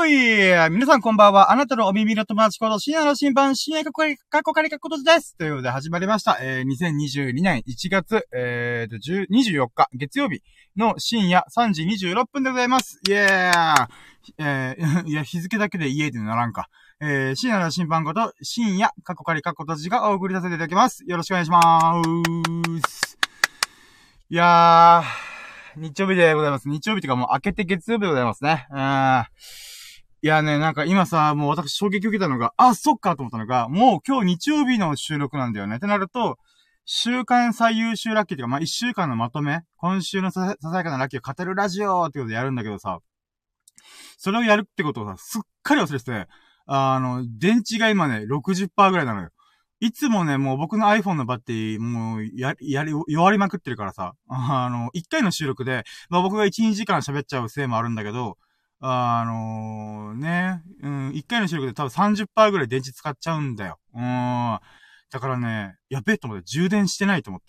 ほい皆さんこんばんは。あなたのお耳の友達こと深夜の新版、深夜かっこかりかことです。ということで始まりました。2022年1月、24日月曜日の深夜3時26分でございます。イエーいや、日付だけでイエーってならんか。深夜の新版こと、深夜かっこかりかことじがお送りさせていただきます。よろしくお願いしまーす。いや日曜日でございます。日曜日っていうかもう明けて月曜日でございますね。いやね、なんか今さ、もう私衝撃受けたのが、あ、そっかと思ったのが、もう今日日曜日の収録なんだよね。ってなると、週間最優秀ラッキーっていうか、まあ、一週間のまとめ、今週のささやかなラッキーを語るラジオってことでやるんだけどさ、それをやるってことをさ、すっかり忘れてて、電池が今ね、60% ぐらいなのよ。いつもね、もう僕の iPhone のバッテリー、もう、弱りまくってるからさ、1回の収録で、まあ僕が1、2時間喋っちゃうせいもあるんだけど、1回の収録で多分 30% ぐらい電池使っちゃうんだよ。だからね、やべえと思って充電してないと思って。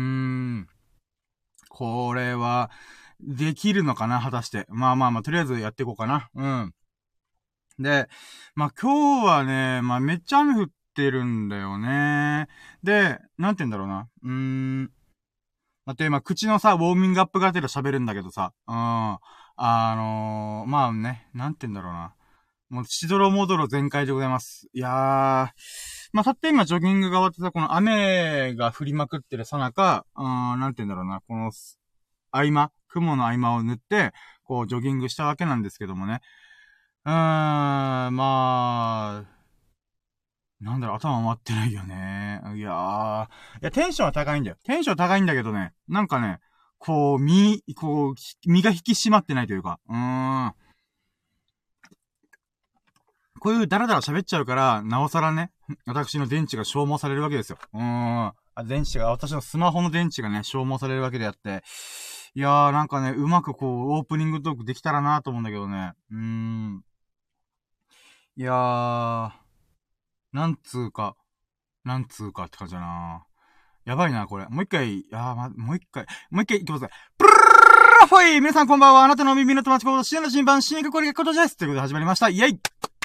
これは、できるのかな果たして。まあ、とりあえずやっていこうかな。で、まあ今日はね、まあめっちゃ雨降ってるんだよね。で、なんて言うんだろうな。今口のさ、ウォーミングアップがてら喋るんだけどさ、まあね、なんて言うんだろうな。もう、しどろもどろ全開でございます。いやー、まあ、たった今ジョギングが終わってさ、この雨が降りまくってるさなか、なんて言うんだろうな、この、雲の合間を塗って、こう、ジョギングしたわけなんですけどもね。まあ、なんだろう、頭回ってないよね。いや、テンションは高いんだよ。テンション高いんだけどね、なんかね、こう、身が引き締まってないというか、こういうダラダラ喋っちゃうから、なおさらね、私の電池が消耗されるわけですよ。私のスマホの電池がね、消耗されるわけであって、いやーなんかね、うまくこう、オープニングトークできたらなと思うんだけどね。いやー、なんつうかって感じだな。やばいな、これ。もう一回いきますね。プルルルルルほい皆さんこんばんは。あなたの耳の友達こと深夜の新版、深夜かこれがことです。ということで始まりました。イェイ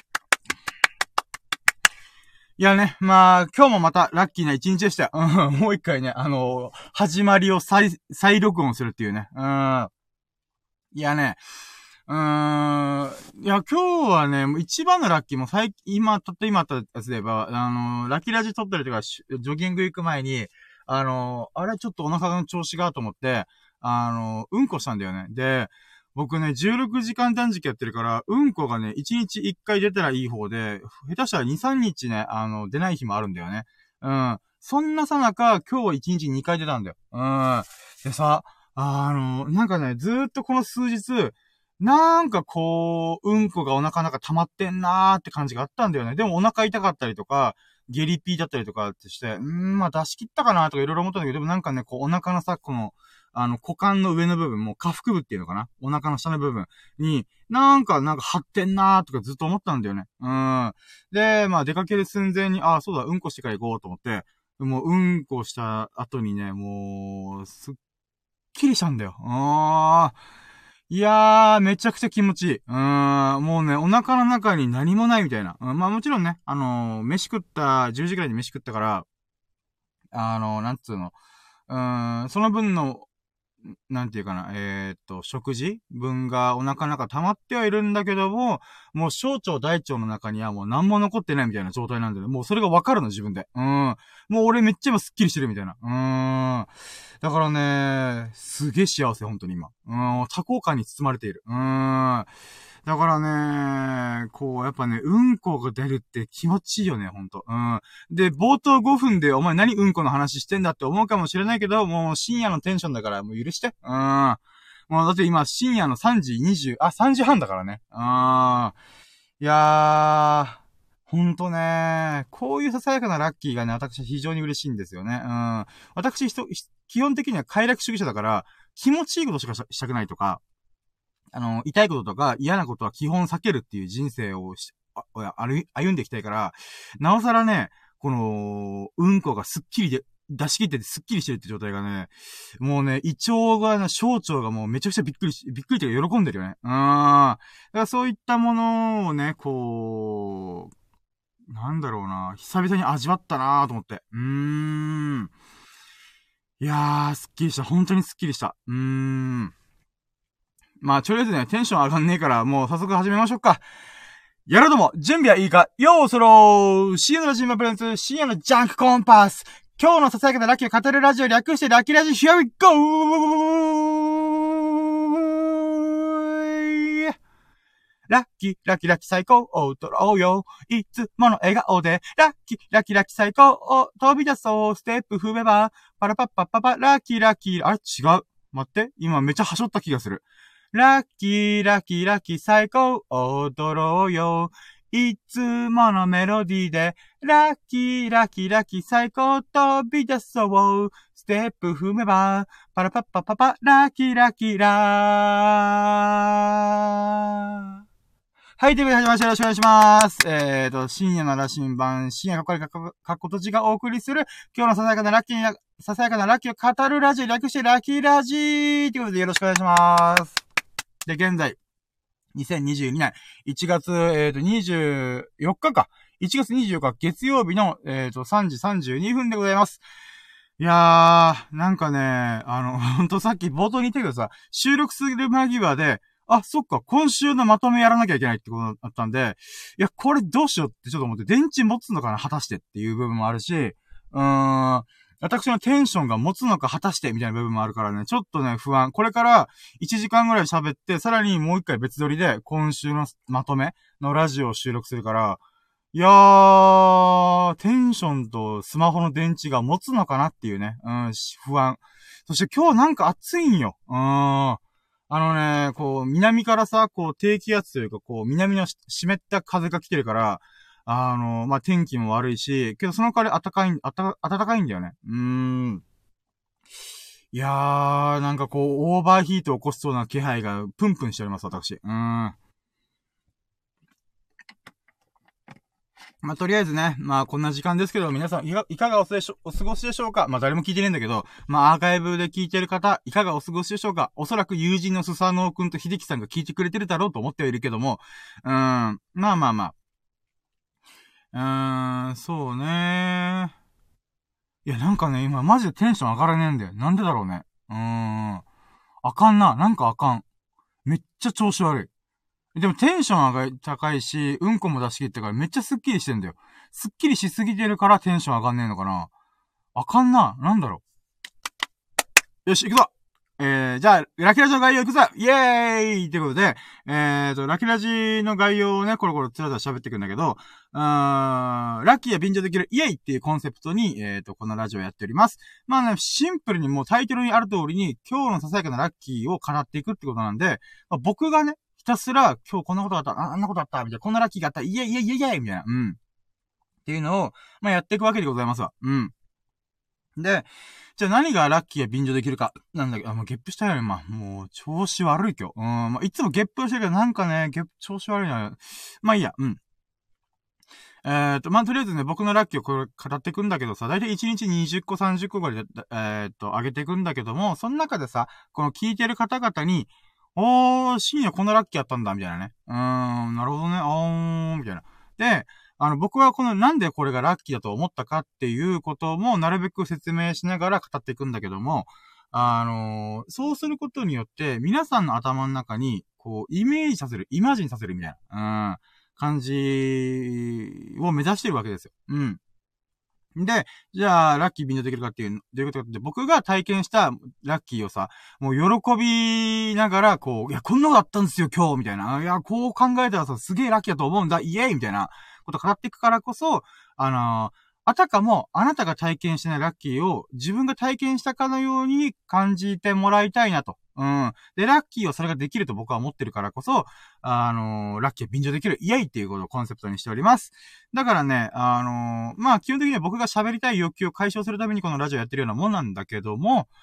いやね、まあ、今日もまたラッキーな一日でしたよ。もう一回ね、始まりを再録音するっていうね。いやね、いや、今日はね、一番のラッキーも今あったやつで言えば、ラッキーラジ撮ったりとか、ジョギング行く前に、あれちょっとお腹の調子がと思って、うんこしたんだよね。で、僕ね、16時間断食やってるから、うんこがね、1日1回出たらいい方で、下手したら2、3日ね、出ない日もあるんだよね。そんなさなか、今日は1日2回出たんだよ。でさ、なんかね、ずーっとこの数日、なんかこう、うんこがお腹の中溜まってんなーって感じがあったんだよね。でもお腹痛かったりとか、下痢ピーだったりとかってして、まあ出し切ったかなとかいろいろ思ったんだけど、でもなんかね、こうお腹のさ、この、股間の上の部分、もう下腹部っていうのかなお腹の下の部分に、なんか張ってんなーとかずっと思ったんだよね。で、まあ出かける寸前に、そうだ、うんこしてから行こうと思って、もううんこした後にね、もう、すっきりしたんだよ。いやー、めちゃくちゃ気持ちいい。もうね、お腹の中に何もないみたいな。まあもちろんね、飯食った、10時ぐらいに飯食ったから、なんつうの。その分の、なんていうかな、食事分がお腹の中溜まってはいるんだけども、もう小腸大腸の中にはもう何も残ってないみたいな状態なんだよね。もうそれがわかるの、自分で。もう俺めっちゃ今スッキリしてるみたいな。だからね、すげえ幸せ、本当に今。多幸感に包まれている。だからね、こう、やっぱね、うんこが出るって気持ちいいよね、ほんと。で、冒頭5分でお前何うんこの話してんだって思うかもしれないけど、もう深夜のテンションだからもう許して。もうだって今深夜の3時3時半だからね。いやー、ほんとね、こういうささやかなラッキーがね、私は非常に嬉しいんですよね。私基本的には快楽主義者だから、気持ちいいことしかしたくないとか、痛いこととか嫌なことは基本避けるっていう人生を歩んでいきたいから、なおさらね、この、うんこがスッキリ出し切っててスッキリしてるって状態がね、もうね、胃腸がね、小腸がもうめちゃくちゃびっくりというか喜んでるよね。だからそういったものをね、こう、なんだろうな、久々に味わったなと思って。いやー、スッキリした。本当にスッキリした。まあ、とりあえずね、テンション上がんねえから、もう早速始めましょうか。やろうとも、準備はいいか、よーそろー深夜のジンマプレゼンツ、深夜のジャンクコンパス。今日のささやかなラッキーを語るラジオ略してラッキーラジオ、Here we go! ラッキー、ラッキー、ラッキー最高、踊ろうよ。いつもの笑顔で、ラッキー、ラッキー、ラッキー最高、飛び出そう、ステップ踏めば、パラパッパッパパ、ラッキー、ラッキー、あれ違う。待って、今めっちゃはしょった気がする。ラッキー、ラッキー、ラッキー最高、踊ろうよ。いつものメロディーで、ラッキー、ラッキー、ラッキー最高、飛び出そう。ステップ踏めば、パラパッパッパパ、ラッキー、ラッキー、ラー。はい、ということで始まりました。よろしくお願いします。深夜の羅針盤、深夜かっこいいかっことじがお送りする、今日のささやかなラッキーを語るラジオ、略してラッキーラジーということでよろしくお願いします。で、現在、2022年1月、24日か。1月24日月曜日の、3時32分でございます。いやー、なんかね、ほんとさっき冒頭に言ったけどさ、収録する間際で、あ、そっか、今週のまとめやらなきゃいけないってことだったんで、いや、これどうしようってちょっと思って、電池持つのかな果たしてっていう部分もあるし、私のテンションが持つのか果たしてみたいな部分もあるからね、ちょっとね、不安。これから1時間ぐらい喋って、さらにもう一回別撮りで今週のまとめのラジオを収録するから、いやー、テンションとスマホの電池が持つのかなっていうね、不安。そして今日なんか暑いんよ。こう、南からさ、こう、低気圧というか、こう、南の湿った風が来てるから、まあ、天気も悪いし、けどその代わり暖かいんだよね。いやー、なんかこう、オーバーヒートを起こしそうな気配がプンプンしております、私。まあ、とりあえずね、まあ、こんな時間ですけど、皆さん、いかがお過ごしでしょうか？まあ、誰も聞いてねえんだけど、まあ、アーカイブで聞いてる方、いかがお過ごしでしょうか？おそらく友人のスサノオくんと秀樹さんが聞いてくれてるだろうと思ってはいるけども、まあまあまあ。そうね。いや、なんかね、今マジでテンション上がらねえんだよ。なんでだろうね。あかんな。なんかあかん。めっちゃ調子悪い。でもテンション高いし、うんこも出し切ってからめっちゃスッキリしてんだよ。スッキリしすぎてるからテンション上がんねえのかな。あかんな。なんだろう。よし、行くぞ。じゃあ、ラキラジの概要行くぞイエーイということで、ラキラジの概要をね、コロコロつらつら喋っていくんだけど、ラッキーや便乗できるイエーイっていうコンセプトに、このラジオをやっております。まあね、シンプルにもうタイトルにある通りに、今日のささやかなラッキーを語っていくってことなんで、まあ、僕がね、ひたすら、今日こんなことあった、あんなことあった、みたいな、こんなラッキーがあった、イエーイイエーイイエーイイエーイみたいな、っていうのを、まあ、やっていくわけでございますわ。で、じゃあ何がラッキーや便乗できるか。なんだけど、もうゲップしたよね。まあ、もう調子悪い今日。まあ、いつもゲップしてるけど、なんかね、調子悪いな。まあいいや、まあ、とりあえずね、僕のラッキーをこれ語っていくんだけどさ、だいたい1日20個、30個ぐらいで、上げていくんだけども、その中でさ、この聞いてる方々に、深夜こんなラッキーあったんだ、みたいなね。なるほどね、みたいな。で、僕はこのなんでこれがラッキーだと思ったかっていうこともなるべく説明しながら語っていくんだけども、そうすることによって皆さんの頭の中に、こう、イマジンさせるみたいな、感じを目指してるわけですよ。で、じゃあ、ラッキー便乗できるかっていう、どういうことかって、僕が体験したラッキーをさ、もう喜びながら、こう、いや、こんなことあったんですよ、今日みたいな。いや、こう考えたらさ、すげえラッキーだと思うんだ、イエーイみたいなこと語っていくからこそ、あたかも、あなたが体験してないラッキーを自分が体験したかのように感じてもらいたいなと。で、ラッキーはそれができると僕は思ってるからこそ、ラッキーは便乗できる、イエイっていうことをコンセプトにしております。だからね、まあ、基本的には僕が喋りたい欲求を解消するためにこのラジオやってるようなもんなんだけども、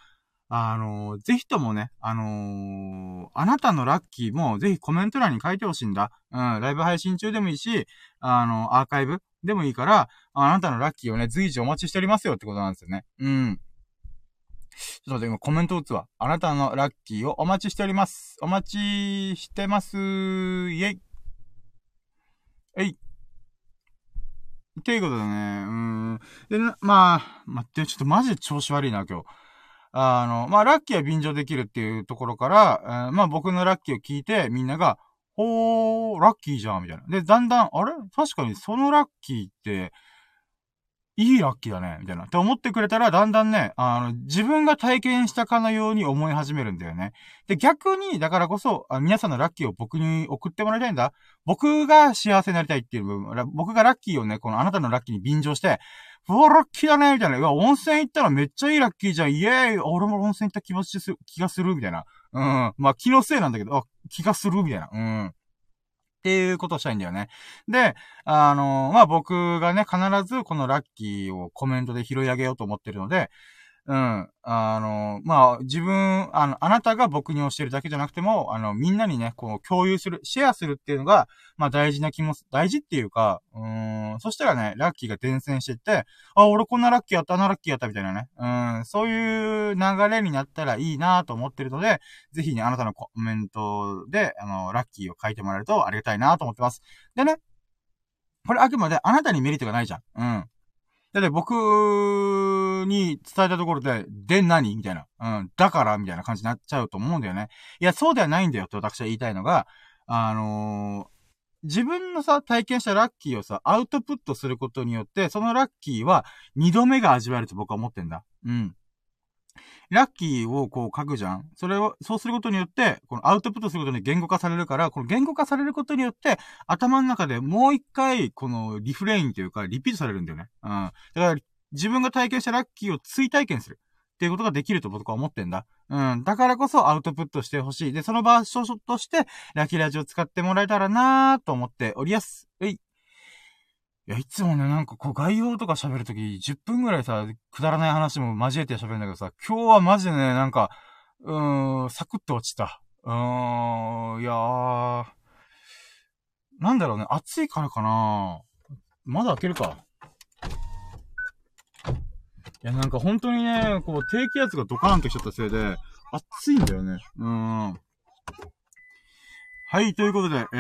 ぜひともね、あなたのラッキーもぜひコメント欄に書いてほしいんだ。うん、ライブ配信中でもいいし、アーカイブでもいいから、あなたのラッキーをね、随時お待ちしておりますよってことなんですよね。うん。ちょっと待って、今コメント打つわ。あなたのラッキーをお待ちしております。お待ちしてます。イェイ。えい。っていうことでね、で、まあ、待って、ちょっとマジで調子悪いな、今日。まあ、ラッキーは便乗できるっていうところから、まあ僕のラッキーを聞いて、みんなが、ほー、ラッキーじゃん、みたいな。で、だんだん、あれ確かにそのラッキーって、いいラッキーだね、みたいな。って思ってくれたら、だんだんね、自分が体験したかのように思い始めるんだよね。で、逆に、だからこそ、皆さんのラッキーを僕に送ってもらいたいんだ。僕が幸せになりたいっていう部分、僕がラッキーをね、このあなたのラッキーに便乗して、うわ、ラッキーだね、みたいな。うわ、温泉行ったらめっちゃいいラッキーじゃん、イエーイ俺も温泉行った気がする、みたいな。うん。まあ、気のせいなんだけど、気がする、みたいな。うん。っていうことをしたいんだよね。で、まあ、僕がね、必ずこのラッキーをコメントで拾い上げようと思ってるので、うん。まあ、自分、あなたが僕に教えるだけじゃなくても、みんなにね、こう、共有する、シェアするっていうのが、まあ、大事っていうか、そしたらね、ラッキーが伝染していって、あ、俺こんなラッキーやった、あんなラッキーやったみたいなね。そういう流れになったらいいなと思ってるので、ぜひね、あなたのコメントで、ラッキーを書いてもらえるとありがたいなと思ってます。でね、これあくまであなたにメリットがないじゃん。うん。だって僕に伝えたところで、で何みたいな。だからみたいな感じになっちゃうと思うんだよね。いや、そうではないんだよって私は言いたいのが、あのー自分のさ、体験したラッキーをさ、アウトプットすることによって、そのラッキーは二度目が味わえると僕は思ってんだ。うん。ラッキーをこう書くじゃん。それを、そうすることによって、このアウトプットすることに言語化されるから、この言語化されることによって、頭の中でもう一回、このリフレインというか、リピートされるんだよね。うん。だから、自分が体験したラッキーを追体験する。っていうことができると僕は思ってんだ。うん。だからこそアウトプットしてほしい。で、その場所として、ラッキーラジオを使ってもらえたらなーと思っておりやす。いや、いつもね、なんかこう概要とか喋るとき、10分ぐらいさ、くだらない話も交えて喋るんだけどさ、今日はマジでね、なんか、サクッと落ちた。いやー、なんだろうね、暑いからかな。まだ開けるか。いや、なんか本当にね、こう、低気圧がドカーンとしちゃったせいで、暑いんだよね。はい、ということで、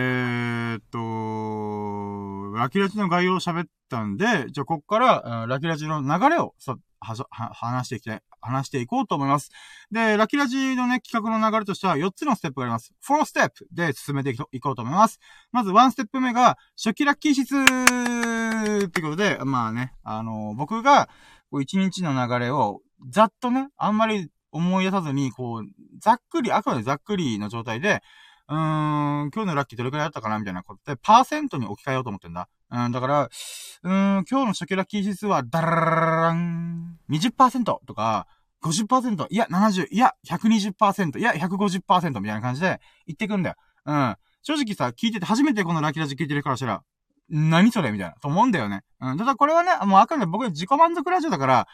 ラキラジの概要を喋ったんで、じゃあ、こっから、ラキラジの流れを話していこうと思います。で、ラキラジのね、企画の流れとしては4つのステップがあります。4ステップで進めていこうと思います。まず1ステップ目が、初期ラッキー指数っていうことで、まあね、僕が、こう1日の流れを、ざっとね、あんまり思い出さずに、こう、あくまでざっくりの状態で、今日のラッキーどれくらいあったかなみたいなことで、パーセントに置き換えようと思ってんだ。だから、今日の初期ラッキー指数は、ダララララン、20%とか、50%、いや、70、いや、120%、いや、150%みたいな感じで言ってくんだよ。正直さ、聞いてて、初めてこのラッキーラジ聞いてるからしたら、何それみたいな、と思うんだよね。ただこれはね、もうあくまで僕の自己満足ラジオだから、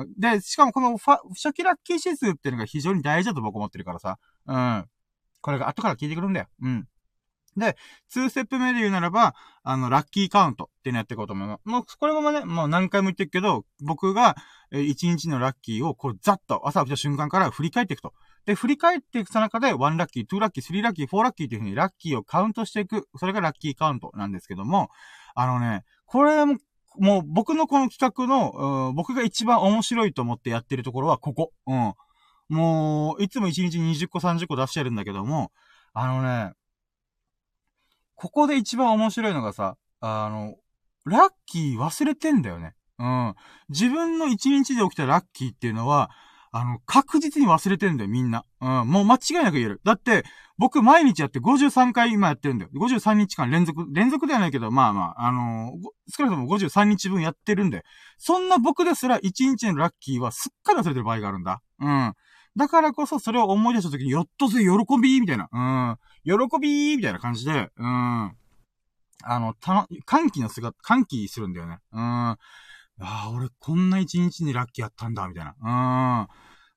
で、しかもこの初期ラッキー指数っていうのが非常に大事だと僕思ってるからさ、これが後から聞いてくるんだよ。で、2ステップ目で言うならば、ラッキーカウントっていうのやっていこうと思います。もう、これもね、もう何回も言ってるけど、僕が、1日のラッキーを、こう、ざっと朝起きた瞬間から振り返っていくと。で、振り返っていくさなかで、1ラッキー、2ラッキー、3ラッキー、4ラッキーっていう風にラッキーをカウントしていく。それがラッキーカウントなんですけども、これもう僕のこの企画の、僕が一番面白いと思ってやってるところはここ。もう、いつも1日20個30個出してるんだけども、ここで一番面白いのがさ、ラッキー忘れてんだよね。自分の一日で起きたラッキーっていうのは、確実に忘れてんだよ、みんな。もう間違いなく言える。だって、僕毎日やって53回今やってるんだよ。53日間連続ではないけど、まあまあ、少なくとも53日分やってるんで、そんな僕ですら一日のラッキーはすっかり忘れてる場合があるんだ。だからこそそれを思い出した時に、よっとせ喜びみたいな。喜びみたいな感じで、歓喜するんだよね。俺こんな一日にラッキーやったんだ、みたいな。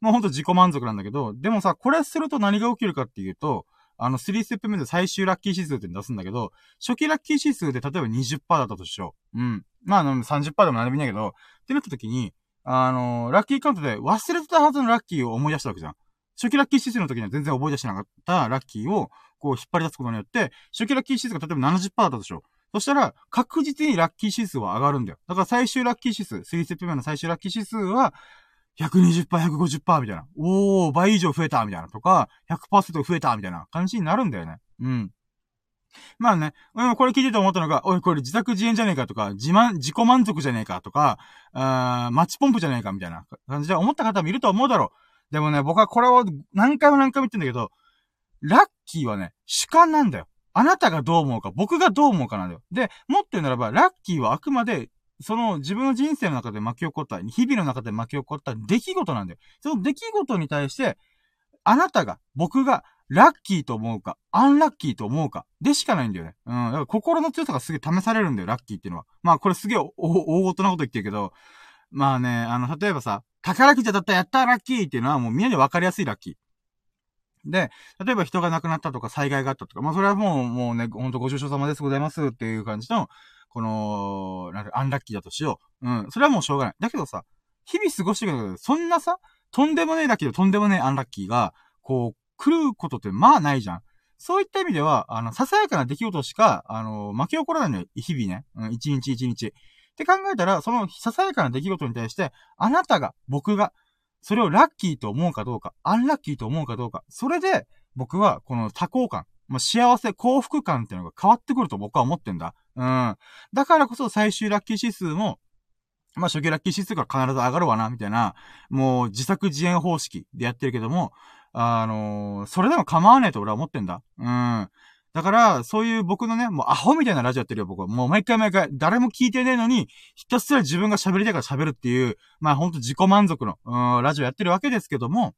もうほんと自己満足なんだけど、でもさ、これすると何が起きるかっていうと、3ステップ目で最終ラッキー指数って出すんだけど、初期ラッキー指数で例えば 20% だったとしよう。うん。まあ、30% でも何でもいいんだけど、ってなった時に、ラッキーカウントで忘れてたはずのラッキーを思い出したわけじゃん。初期ラッキー指数の時には全然覚え出してなかったラッキーを、こう引っ張り出すことによって、初期ラッキー指数が例えば 70% だったとしよう。そしたら、確実にラッキー指数は上がるんだよ。だから最終ラッキー指数、3ステップ目の最終ラッキー指数は、120%、150%みたいな。おー、倍以上増えたみたいな。とか、100% 増えたみたいな感じになるんだよね。うん。まあね、これ聞いてて思ったのが、おい、これ自作自演じゃねえかとか、自己満足じゃねえかとか、マッチポンプじゃねえかみたいな感じで思った方もいると思うだろう。でもね、僕はこれを何回も言ってんだけど、ラッキーはね、主観なんだよ。あなたがどう思うか、僕がどう思うかなんだよ。で、もっと言うならば、ラッキーはあくまで、その自分の人生の中で巻き起こった、日々の中で巻き起こった出来事なんだよ。その出来事に対して、あなたが、僕が、ラッキーと思うか、アンラッキーと思うか、でしかないんだよね。うん。だから心の強さがすげえ試されるんだよ、ラッキーっていうのは。まあ、これすげえ大事なこと言ってるけど、まあね、例えばさ、宝くじだったらやったーラッキーっていうのはもうみんなに分かりやすいラッキー。で、例えば人が亡くなったとか災害があったとか、まあそれはもうね、ほんとご愁傷様ですございますっていう感じの、この、なんかアンラッキーだとしよう。うん。それはもうしょうがない。だけどさ、日々過ごしていくけど、そんなさ、とんでもねえラッキーととんでもねえアンラッキーが、こう、来ることってまあないじゃん。そういった意味では、ささやかな出来事しか、巻き起こらないのよ。日々ね。うん、一日一日。って考えたら、そのささやかな出来事に対して、あなたが、僕が、それをラッキーと思うかどうか、アンラッキーと思うかどうか、それで、僕は、この多幸感、まあ、幸せ、幸福感っていうのが変わってくると僕は思ってんだ。うん。だからこそ最終ラッキー指数も、まあ、初期ラッキー指数が必ず上がるわな、みたいな、もう自作自演方式でやってるけども、それでも構わねえと俺は思ってんだ。うん。だから、そういう僕のね、もうアホみたいなラジオやってるよ、僕は。もう毎回、誰も聞いてねえのに、ひたすら自分が喋りたいから喋るっていう、まあほんと自己満足の、ラジオやってるわけですけども、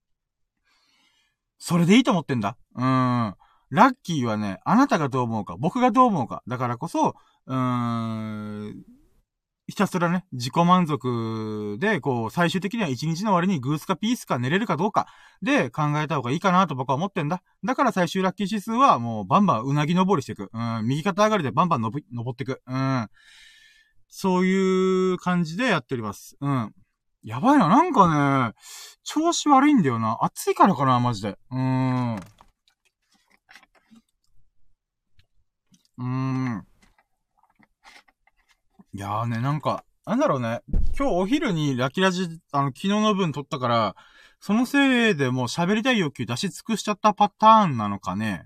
それでいいと思ってんだ。ラッキーはね、あなたがどう思うか、僕がどう思うか。だからこそ、ひたすらね、自己満足で、こう、最終的には一日の終わりにグースかピースか寝れるかどうかで考えた方がいいかなと僕は思ってんだ。だから最終ラッキー指数はもうバンバンうなぎ登りしていく。右肩上がりでバンバン登っていく。そういう感じでやっております。やばいな、なんかね、調子悪いんだよな。暑いからかな、マジで。いやーね、なんか、なんだろうね。今日お昼にラキラジ、昨日の分撮ったから、そのせいでもう喋りたい欲求出し尽くしちゃったパターンなのかね。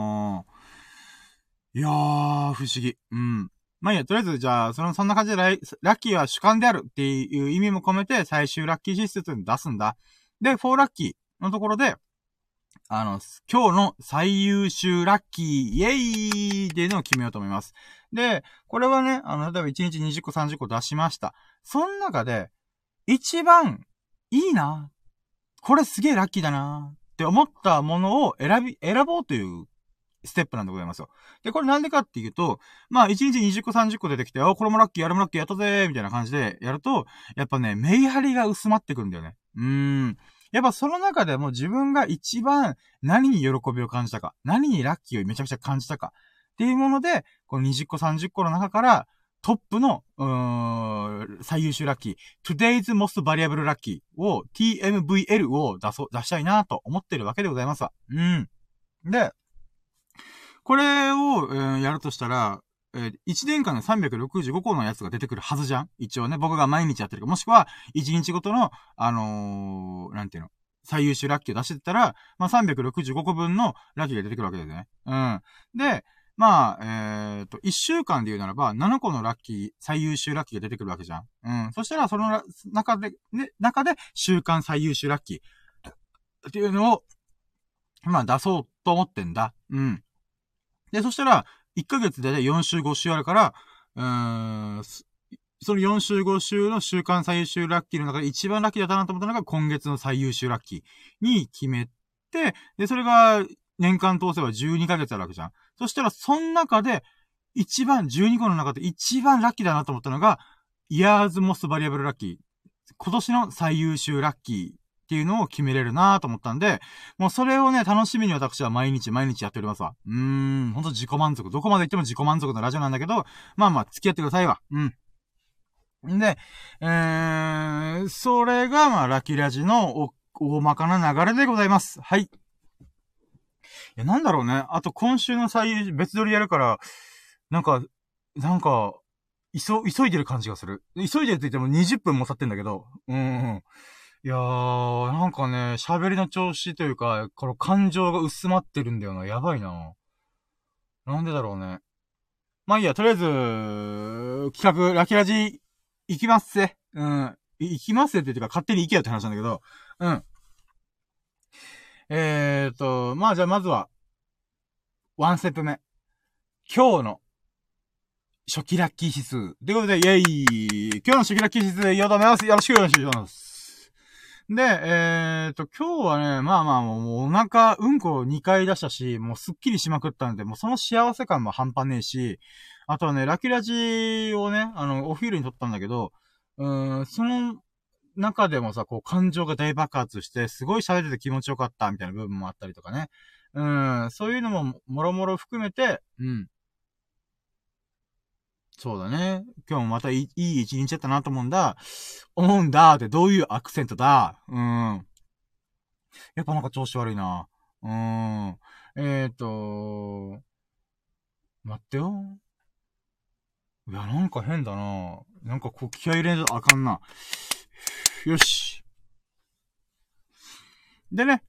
いやー、不思議。まあいいや、とりあえず、じゃあ、そんな感じでラッキーは主観であるっていう意味も込めて、最終ラッキー指数っていうのを出すんだ。で、4ラッキーのところで、今日の最優秀ラッキー、イエーイっていうのを決めようと思います。で、これはね、例えば1日20個30個出しました。その中で、一番いいな、これすげえラッキーだなって思ったものを選ぼうというステップなんでございますよ。で、これなんでかっていうと、まあ1日20個30個出てきて、これもラッキー、あれもラッキーやったぜみたいな感じでやると、やっぱね、メリハリが薄まってくるんだよね。やっぱその中でも自分が一番何に喜びを感じたか、何にラッキーをめちゃくちゃ感じたかっていうもので、この20個30個の中からトップの、最優秀ラッキー、Today's Most Valuable Lucky を TMVL を出したいなと思ってるわけでございますわ。で、これを、やるとしたら、1年間で365個のやつが出てくるはずじゃん一応ね、僕が毎日やってるか、もしくは、1日ごとの、なんていうの、最優秀ラッキーを出してったら、まあ、365個分のラッキーが出てくるわけですね。で、まあ、1週間で言うならば、7個のラッキー、最優秀ラッキーが出てくるわけじゃん。そしたら、その中で、週間最優秀ラッキーっていうのを、まあ、出そうと思ってんだ。で、そしたら、1ヶ月で4週5週あるから、その4週5週の週間最優秀ラッキーの中で一番ラッキーだったなと思ったのが今月の最優秀ラッキーに決めて、で、それが年間通せば12ヶ月あるわけじゃん。そしたら、その中で、12個の中で一番ラッキーだなと思ったのが、Year's Most Valuable Lucky。今年の最優秀ラッキーっっていうのを決めれるなと思ったんで、もうそれをね、楽しみに私は毎日やっておりますわ。ほんと自己満足。どこまで行っても自己満足のラジオなんだけど、まあまあ、付き合ってくださいわ。んで、それが、まあ、ラッキーラジの大まかな流れでございます。はい。いや、なんだろうね。あと、今週の別撮りやるから、なんか、急いでる感じがする。急いでるって言っても20分も経ってんだけど。いやー、なんかね、喋りの調子というか、この感情が薄まってるんだよな。やばいな。なんでだろうね。まあいいや、とりあえず、企画、ラキラジ、行きますせ。行きますせって言うか、勝手に行けよって話なんだけど、まあじゃあまずは、ワンステップ目。今日の、初期ラッキー指数。ということで、イェイ今日の初期ラッキー指数、よろしくお願いします。で、今日はね、まあまあもうお腹、うんこ2回出したし、もうすっきりしまくったんで、もうその幸せ感も半端ねえし、あとはね、ラキラジをね、お昼に撮ったんだけど、その中でもさ、こう感情が大爆発して、すごい喋ってて気持ちよかったみたいな部分もあったりとかね。そういうのももろもろ含めて、そうだね。今日もまたいい一日だったなと思うんだってどういうアクセントだやっぱなんか調子悪いな。待ってよ。いや、なんか変だな。なんかこう気合い入れないとあかんな。よし。でね、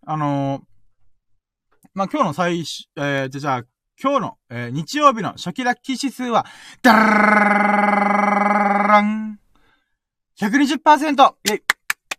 まあ、今日のじゃあ、今日の、日曜日の初期ラッキー指数は、ダラン !120%! イェイ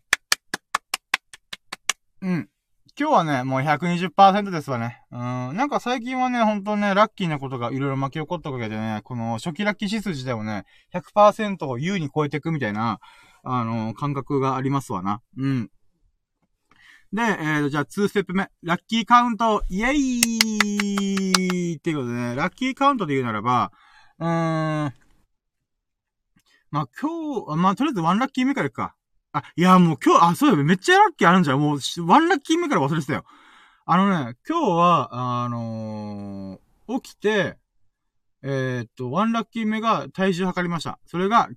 今日はね、もう 120% ですわね。なんか最近はね、ほんとね、ラッキーなことがいろいろ巻き起こったおかげでね、この初期ラッキー指数自体をね、100% を優に超えていくみたいな、感覚がありますわな。で、じゃあ2ステップ目。ラッキーカウント、イェイっていうことでね、ラッキーカウントで言うならば、まあ、今日、まあ、とりあえず1ラッキー目からいくか。いや、もう今日、そうだよ、めっちゃラッキーあるんじゃん。もう、1ラッキー目から忘れてたよ。今日は、起きて、1ラッキー目が体重測りました。それが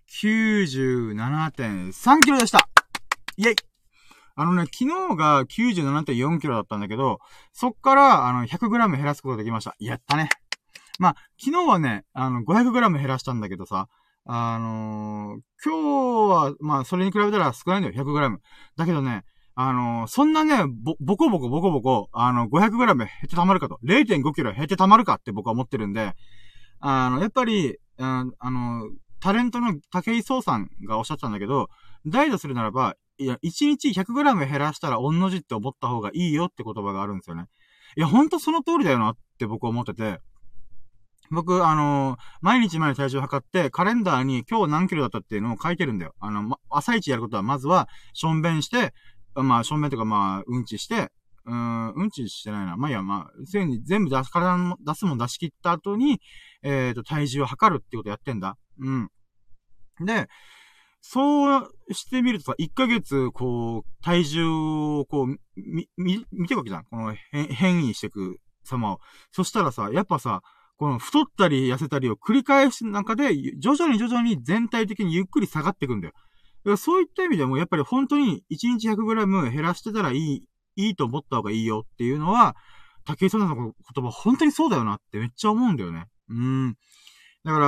97.3 キロでした。イェイ昨日が 97.4 キロだったんだけど、そっから、100グラム減らすことができました。やったね。まあ、昨日はね、500グラム減らしたんだけどさ、今日は、まあ、それに比べたら少ないんだよ、100グラム。だけどね、そんなね、ボコボコ、500グラム減ってたまるかと。0.5 キロ減ってたまるかって僕は思ってるんで、やっぱり、タレントの武井壮さんがおっしゃってたんだけど、ダイエットするならば、いや、1日 100g 減らしたら、御の字って思った方がいいよって言葉があるんですよね。いや、ほんとその通りだよなって僕は思ってて、僕、毎日体重測って、カレンダーに今日何キロだったっていうのを書いてるんだよ。朝一やることは、まずは、しょんべんして、まあ、しょんべんとか、まあ、うんちして、うんちしてないな。まあ、いや、まあ、全部体の出すもん出し切った後に、体重を測るってことやってんだ。で、そうしてみるとさ、1ヶ月、こう、体重を、こう、見ていくわけじゃん。この変異していく様を。そしたらさ、やっぱさ、この太ったり痩せたりを繰り返す中で、徐々に全体的にゆっくり下がっていくんだよ。だからそういった意味でも、やっぱり本当に1日 100g 減らしてたらいいと思った方がいいよっていうのは、竹井さんの言葉本当にそうだよなってめっちゃ思うんだよね。だから、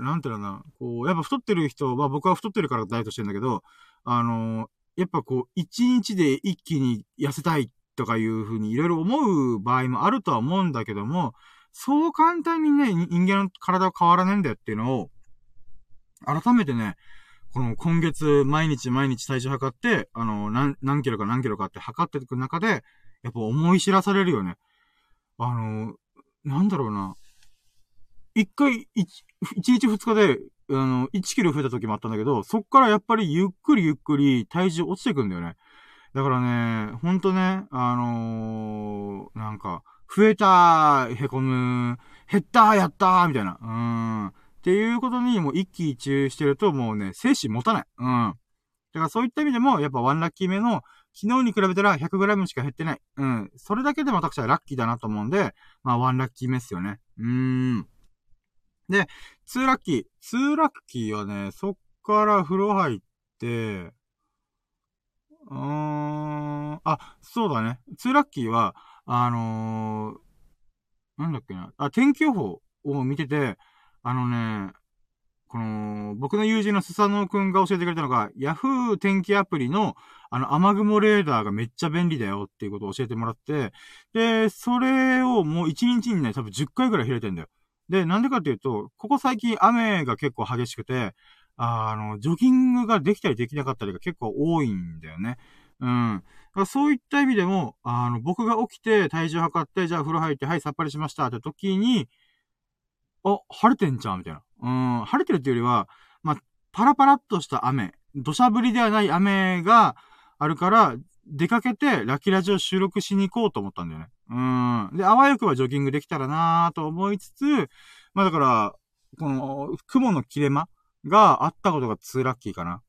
なんていうのかな、こう、やっぱ太ってる人は、僕は太ってるからダイエットしてるんだけど、やっぱこう、一日で一気に痩せたいとかいう風にいろいろ思う場合もあるとは思うんだけども、そう簡単にね、人間の体は変わらねえんだよっていうのを、改めてね、この今月毎日体重測って、何キロかって測っていく中で、やっぱ思い知らされるよね。なんだろうな。一日二日で、1キロ増えた時もあったんだけど、そっからやっぱりゆっくり体重落ちていくんだよね。だからね、ほんとね、なんか、増えたー、へこむ、減ったー、やったー、みたいな。っていうことにもう一喜一憂してるともうね、精神持たない。だからそういった意味でも、やっぱワンラッキー目の昨日に比べたら 100g しか減ってない。うん。それだけでも私はラッキーだなと思うんで、まあ、1ラッキー目っすよね。で、2ラッキー。2ラッキーはね、そっから風呂入って、そうだね。2ラッキーは、なんだっけな。天気予報を見てて、僕の友人のスサノオくんが教えてくれたのが、ヤフー天気アプリの、雨雲レーダーがめっちゃ便利だよっていうことを教えてもらって、で、それをもう1日にね、多分10回ぐらい開いてんだよ。で、なんでかっていうと、ここ最近雨が結構激しくて、ジョギングができたりできなかったりが結構多いんだよね。うん。だからそういった意味でも、僕が起きて体重測って、じゃあ風呂入って、はい、さっぱりしましたって時に、晴れてんじゃんみたいな。晴れてるっていうよりは、まあ、パラパラっとした雨、土砂降りではない雨があるから、出かけてラキラジを収録しに行こうと思ったんだよね。で、あわよくばジョギングできたらなーと思いつつ、まあだから、この、雲の切れ間があったことが2ラッキーかな。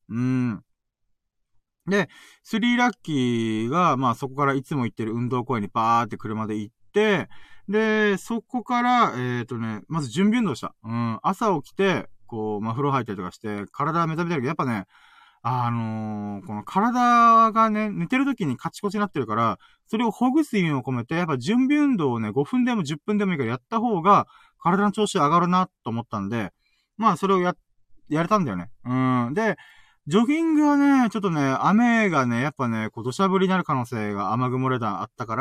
で、3ラッキーが、まあそこからいつも行ってる運動公園にバーって車で行って、で、そこから、まず準備運動した。朝起きて、こう、まあ風呂入ったりとかして、体目覚めてるけど、やっぱね、この体がね、寝てる時にカチコチになってるから、それをほぐす意味を込めて、やっぱ準備運動をね、5分でも10分でもいいからやった方が、体の調子上がるなと思ったんで、まあそれをやれたんだよね。で、ジョギングはね、ちょっとね、雨がね、やっぱね、こう土砂降りになる可能性が雨雲レーダーあったから、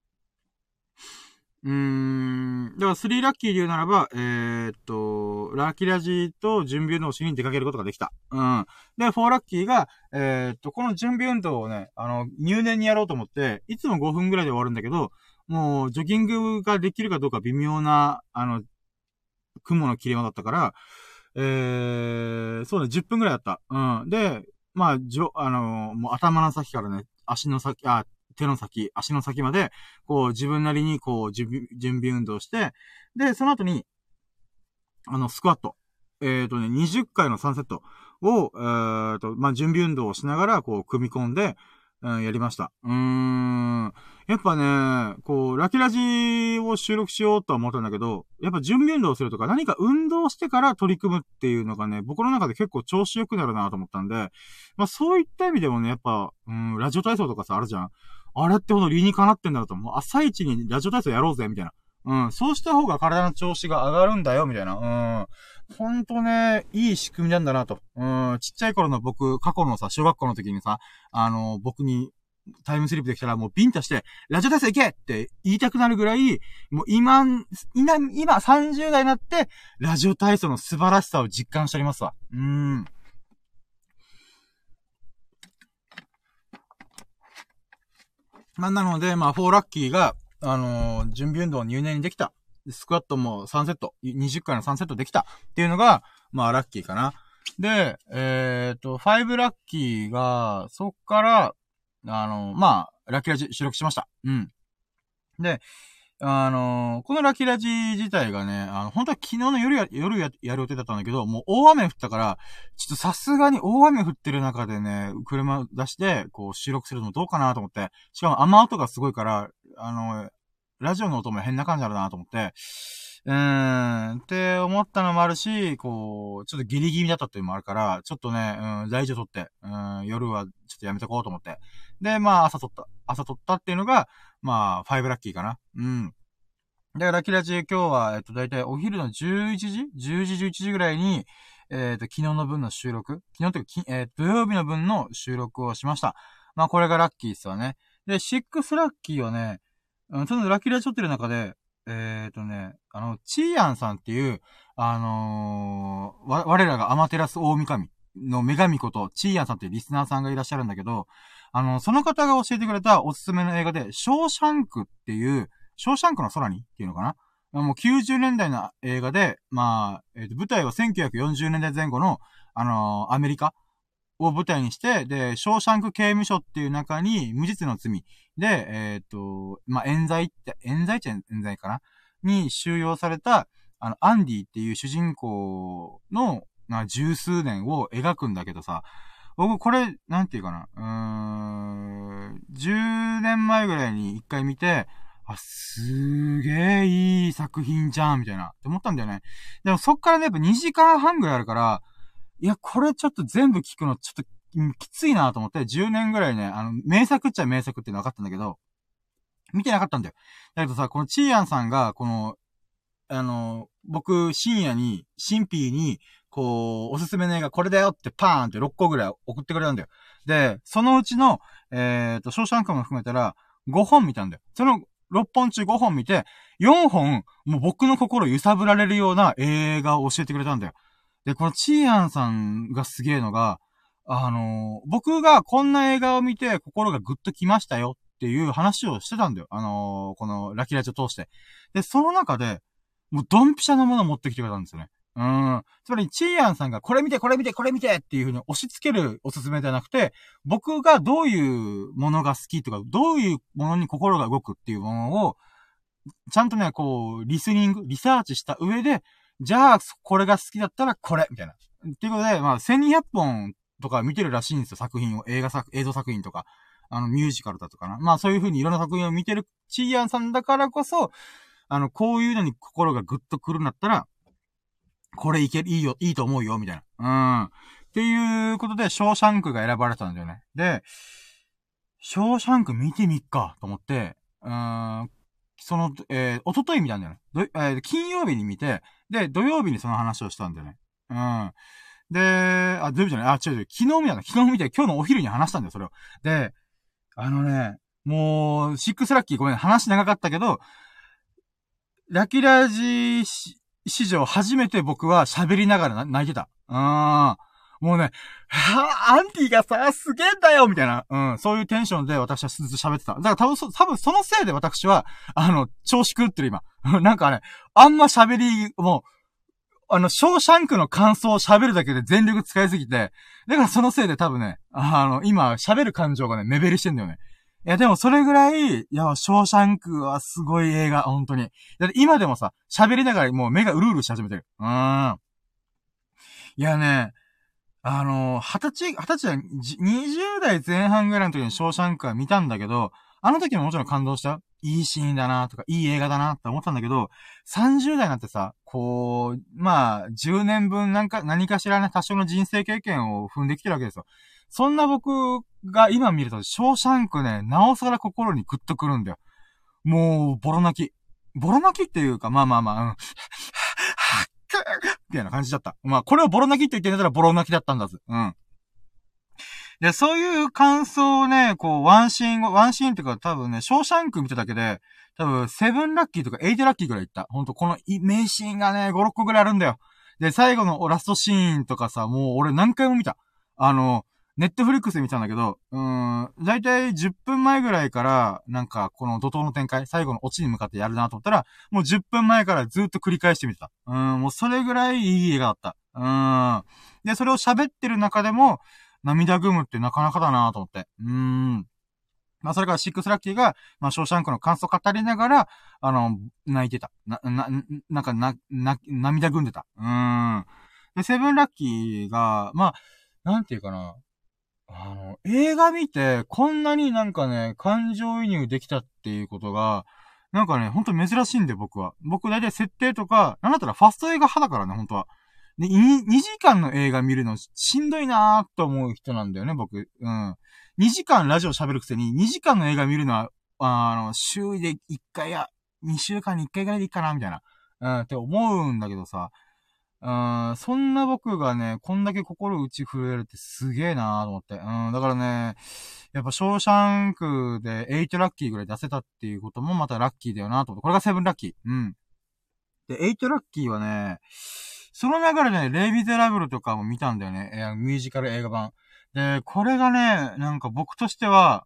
だから3ラッキーで言うならば、ラッキーラジと準備運動しに出かけることができた。で、4ラッキーが、この準備運動をね、入念にやろうと思って、いつも5分ぐらいで終わるんだけど、もう、ジョギングができるかどうか微妙な、雲の切れ間だったから、そうね、10分ぐらいだった。で、まあ、もう頭の先からね、手の先、足の先まで、こう、自分なりに、こう、準備運動して、で、その後に、スクワット。20回の3セットを、まあ、準備運動をしながら、こう、組み込んで、やりました。やっぱね、こう、ラキラジを収録しようとは思ったんだけど、やっぱ準備運動するとか何か運動してから取り組むっていうのがね、僕の中で結構調子良くなるなと思ったんで、まあそういった意味でもね、やっぱ、ラジオ体操とかさ、あるじゃん。あれってほど理にかなってんだろうと、もう朝一にラジオ体操やろうぜ、みたいな。そうした方が体の調子が上がるんだよ、みたいな。ほんとね、いい仕組みなんだなと。ちっちゃい頃の僕、過去のさ、小学校の時にさ、僕にタイムスリップできたらもうビンタして、ラジオ体操行けって言いたくなるぐらい、もう今30代になって、ラジオ体操の素晴らしさを実感しておりますわ。まあ、なので、まあ、4ラッキーが、準備運動を入念にできた。スクワットも3セット、20回の3セットできたっていうのが、まあ、ラッキーかな。で、5ラッキーが、そっから、まあ、ラッキーラジ収録しました。で、このラッキーラジ自体がね、本当は昨日の夜やる予定だったんだけど、もう大雨降ったから、ちょっとさすがに大雨降ってる中でね、車出して、こう収録するのどうかなと思って、しかも雨音がすごいから、ラジオの音も変な感じあるなと思って、って思ったのもあるし、こう、ちょっとギリギリだったっていうのもあるから、ちょっとね、大事を取って、夜はちょっとやめとこうと思って。で、まあ、朝撮ったっていうのが、まあ、5ラッキーかな。で、ラッキーラジ今日は、だいたいお昼の11時 ?10 時、11時ぐらいに、昨日の分の収録昨日というか、土曜日の分の収録をしました。まあ、これがラッキーっすわね。で、6ラッキーはね、そのラッキーラジ撮ってる中で、チーヤンさんっていう、我らがアマテラス大神の女神ことチーヤンさんっていうリスナーさんがいらっしゃるんだけど、その方が教えてくれたおすすめの映画で、ショーシャンクっていう、ショーシャンクの空にっていうのかな、もう90年代の映画で、まあ、舞台は1940年代前後の、アメリカを舞台にして、で、ショーシャンク刑務所っていう中に無実の罪で、まあ、冤罪かなに収容された、アンディっていう主人公の、十数年を描くんだけどさ、 僕これ、なんていうかな、10年前ぐらいに一回見て、あ、すげえいい作品じゃん、みたいな、って思ったんだよね。でもそっからね、やっぱ2時間半ぐらいあるから、いや、これちょっと全部聞くの、ちょっと、きついなと思って、10年ぐらいね、名作っちゃ名作っての分かったんだけど、見てなかったんだよ。だけどさ、このチーヤンさんが、この、僕、深夜に、新ーに、こう、おすすめの映画これだよってパーンって6個ぐらい送ってくれたんだよ。で、そのうちの、ショーシャンクも含めたら、5本見たんだよ。その6本中5本見て、4本、もう僕の心揺さぶられるような映画を教えてくれたんだよ。で、このチーヤンさんがすげえのが、僕がこんな映画を見て心がぐっときましたよっていう話をしてたんだよ。このラキラジを通して。で、その中で、もうドンピシャなものを持ってきてくれたんですよね。つまり、チーヤンさんがこれ見て、これ見て、これ見てっていう風に押し付けるおすすめではなくて、僕がどういうものが好きとか、どういうものに心が動くっていうものを、ちゃんとね、こう、リスニング、リサーチした上で、じゃあ、これが好きだったらこれみたいな。っていうことで、まあ、1200本とか見てるらしいんですよ、作品を。映像作品とか。ミュージカルだとかな。まあ、そういう風にいろんな作品を見てるチーヤンさんだからこそ、こういうのに心がぐっとくるんだったら、これいいよ、いいと思うよ、みたいな。っていうことで、ショーシャンクが選ばれたんだよね。で、ショーシャンク見てみっか、と思って、一昨日見たんだよね。金曜日に見て、で、土曜日にその話をしたんだよね。で、土曜日じゃない、違う、昨日見たんだ。昨日見て、今日のお昼に話したんだよ、それを。で、もう、シックスラッキーごめん、話長かったけど、ラキラジ史上初めて僕は喋りながら泣いてた。もうね、アンティがさ、すげえんだよみたいな。そういうテンションで私はずっと喋ってた。だから多分そのせいで私は、調子狂ってる今。なんかね、あんま喋り、もう、ショーシャンクの感想を喋るだけで全力使いすぎて、だからそのせいで多分ね、今喋る感情がね、目減りしてんだよね。いや、でもそれぐらい、いや、ショーシャンクはすごい映画、本当に。だって今でもさ、喋りながらもう目がうるうるし始めてる。いやね、20歳、20代前半ぐらいの時にショーシャンクは見たんだけど、あの時ももちろん感動した。いいシーンだなとか、いい映画だなって思ったんだけど、30代になってさ、こう、まあ、10年分何かしらね、多少の人生経験を踏んできてるわけですよ。そんな僕が今見ると、ショーシャンクね、なおさら心にグッとくるんだよ。もう、ボロ泣き。ボロ泣きっていうか、まあ、みたいな感じだった。まあ、これをボロ泣きって言ってんだったらボロ泣きだったんだぜ。で、そういう感想をね、こう、ワンシーンっていうか多分ね、ショーシャンク見ただけで、多分、7ラッキーとか8ラッキーぐらいいった。ほんと、この名シーンがね、5、6個ぐらいあるんだよ。で、最後のラストシーンとかさ、もう俺何回も見た。ネットフリックスで見たんだけど、だいたい10分前ぐらいから、なんか、この怒涛の展開、最後のオチに向かってやるなと思ったら、もう10分前からずっと繰り返してみてた。もうそれぐらいいい映画だった。で、それを喋ってる中でも、涙ぐむってなかなかだなと思って。まあ、それからシックスラッキーが、まあ、ショーシャンクの感想を語りながら、泣いてた。涙ぐんでた。で、セブンラッキーが、まあ、なんていうかな。映画見て、こんなになんかね、感情移入できたっていうことが、なんかね、ほんと珍しいんで、僕は。僕大体設定とか、なんだったらファスト映画派だからね、本当は。で、2時間の映画見るのしんどいなーと思う人なんだよね、僕。2時間ラジオ喋るくせに、2時間の映画見るのは、週で1回や、2週間に1回ぐらいでいいかな、みたいな。って思うんだけどさ。そんな僕がね、こんだけ心打ち震えるってすげえなーと思って。だからね、やっぱショーシャンクで8ラッキーぐらい出せたっていうこともまたラッキーだよなと思って。これが7ラッキー。で、8ラッキーはね、その流れでね、レイ・ミゼラブルとかも見たんだよね。ミュージカル映画版。で、これがね、なんか僕としては、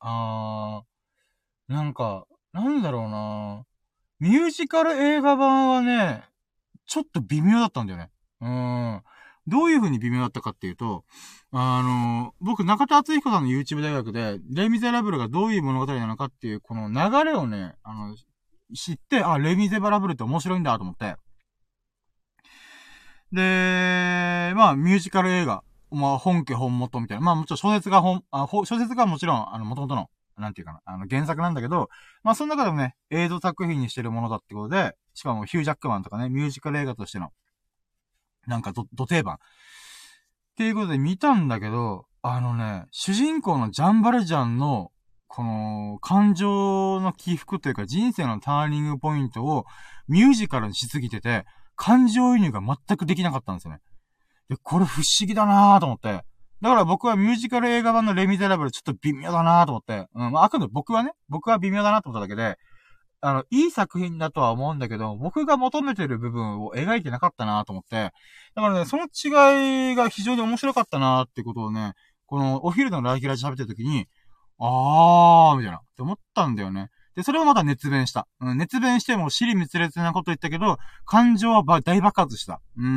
なんか、なんだろうなミュージカル映画版はね、ちょっと微妙だったんだよね。どういう風に微妙だったかっていうと、僕、中田敦彦さんの YouTube 大学で、レイ・ミゼラブルがどういう物語なのかっていう、この流れをね、知って、レイ・ミゼラブルって面白いんだと思って。で、まあ、ミュージカル映画まあ、本家本元みたいな。まあ、もちろん小説が小説がもちろん、元々の、なんていうかな、原作なんだけど、まあ、その中でもね、映像作品にしてるものだってことで、しかもヒュージャックマンとかね、ミュージカル映画としての、なんかど定番。っていうことで見たんだけど、主人公のジャンバルジャンの、この、感情の起伏というか人生のターニングポイントをミュージカルにしすぎてて、感情移入が全くできなかったんですよね。で、これ不思議だなぁと思って。だから僕はミュージカル映画版のレミゼラブルちょっと微妙だなぁと思って。まあ、あくまで僕は微妙だなと思っただけで、いい作品だとは思うんだけど、僕が求めてる部分を描いてなかったなと思って。だからね、その違いが非常に面白かったなってことをね、このお昼のライキラジ喋ってる時に、みたいな、って思ったんだよね。で、それをまた熱弁した。熱弁しても尻滅裂なこと言ったけど、感情は大爆発した。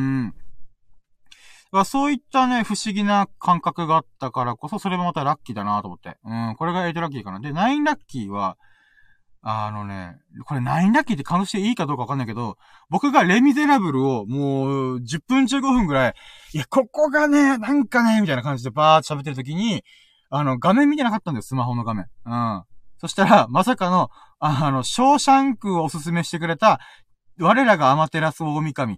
そういったね、不思議な感覚があったからこそ、それもまたラッキーだなと思って。これが8ラッキーかな。で、9ラッキーは、これ9ラッキーって感動していいかどうかわかんないけど、僕がレミゼラブルをもう10分15分くらい、いや、ここがね、なんかね、みたいな感じでバーって喋ってる時に、画面見てなかったんだよ、スマホの画面。そしたら、まさかの、ショーシャンクをおすすめしてくれた、我らがアマテラス大神。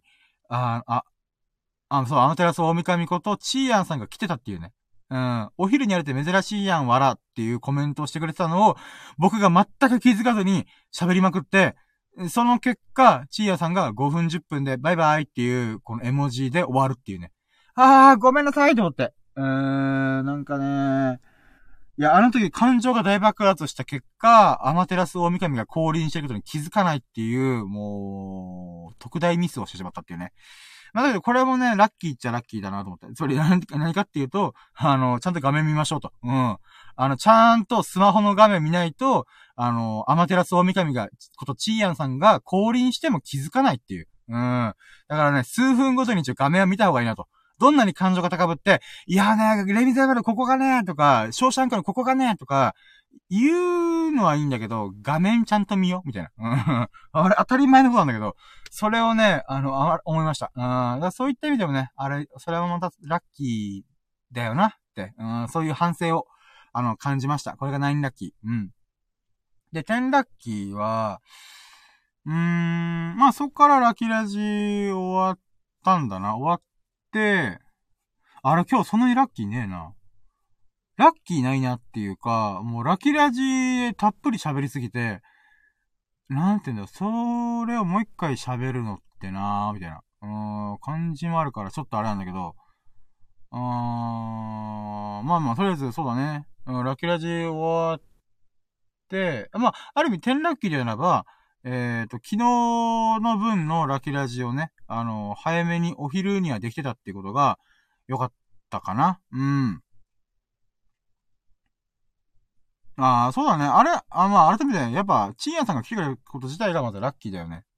そう、アマテラス大神ことチーアンさんが来てたっていうね。お昼にやれて珍しいやん、わらっていうコメントをしてくれてたのを、僕が全く気づかずに喋りまくって、その結果、チーアンさんが5分10分でバイバイっていう、この絵文字で終わるっていうね。ごめんなさいと思って。なんかね、いや、あの時感情が大爆発した結果、アマテラス大神が降臨してることに気づかないっていう、もう、特大ミスをしてしまったっていうね。まあ、だけどこれもね、ラッキーっちゃラッキーだなと思って。それ何かっていうと、ちゃんと画面見ましょうと。ちゃんとスマホの画面見ないと、アマテラス大神が、ことチーヤンさんが降臨しても気づかないっていう。だからね、数分ごとに画面は見た方がいいなと。どんなに感情が高ぶって、いやね、レミゼラブルここがね、とか、ショーシャンクのここがね、とか、言うのはいいんだけど、画面ちゃんと見よみたいな。あれ、当たり前のことなんだけど、それをね、思いました。だからそういった意味でもね、それはまたラッキーだよなって、そういう反省を、感じました。これが9ラッキー。で、10ラッキーは、まあ、そっからラッキーラジ終わったんだな。終わって、あれ今日そんなにラッキーねえな。ラッキーないなっていうか、もうラッキーラジたっぷり喋りすぎて、なんていうんだ、それをもう一回喋るのってなーみたいな。感じもあるからちょっとあれなんだけど、まあまあ、とりあえずそうだね。ラッキーラジ終わって、まあ、ある意味10ラッキーであれば、昨日の分のラッキーラジをね、早めにお昼にはできてたっていうことが良かったかな。そうだね。まあ、改めて、やっぱ、チーヤンさんが来てくれること自体がまずラッキーだよね。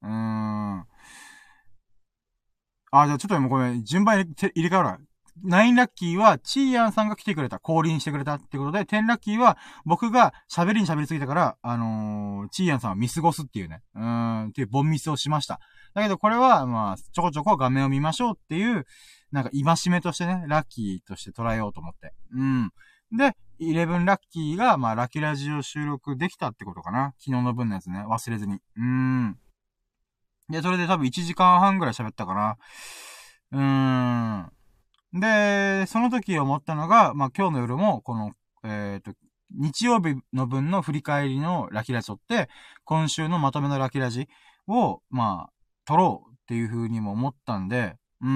じゃあちょっともうごめん、順番入れ替わるわ。9ラッキーは、チーヤンさんが来てくれた、降臨してくれたってことで、10ラッキーは、僕が喋りすぎたから、チーヤンさんは見過ごすっていうね、っていうボンミスをしました。だけどこれは、まあ、ちょこちょこ画面を見ましょうっていう、なんか、戒めとしてね、ラッキーとして捉えようと思って。で、11ラッキーが、まあ、ラッキーラジオ収録できたってことかな。昨日の分のやつね、忘れずに。で、それで多分1時間半ぐらい喋ったかな。で、その時思ったのが、まあ、今日の夜も、この、日曜日の分の振り返りのラキラジ撮って、今週のまとめのラキラジを、まあ、撮ろうっていう風にも思ったんで、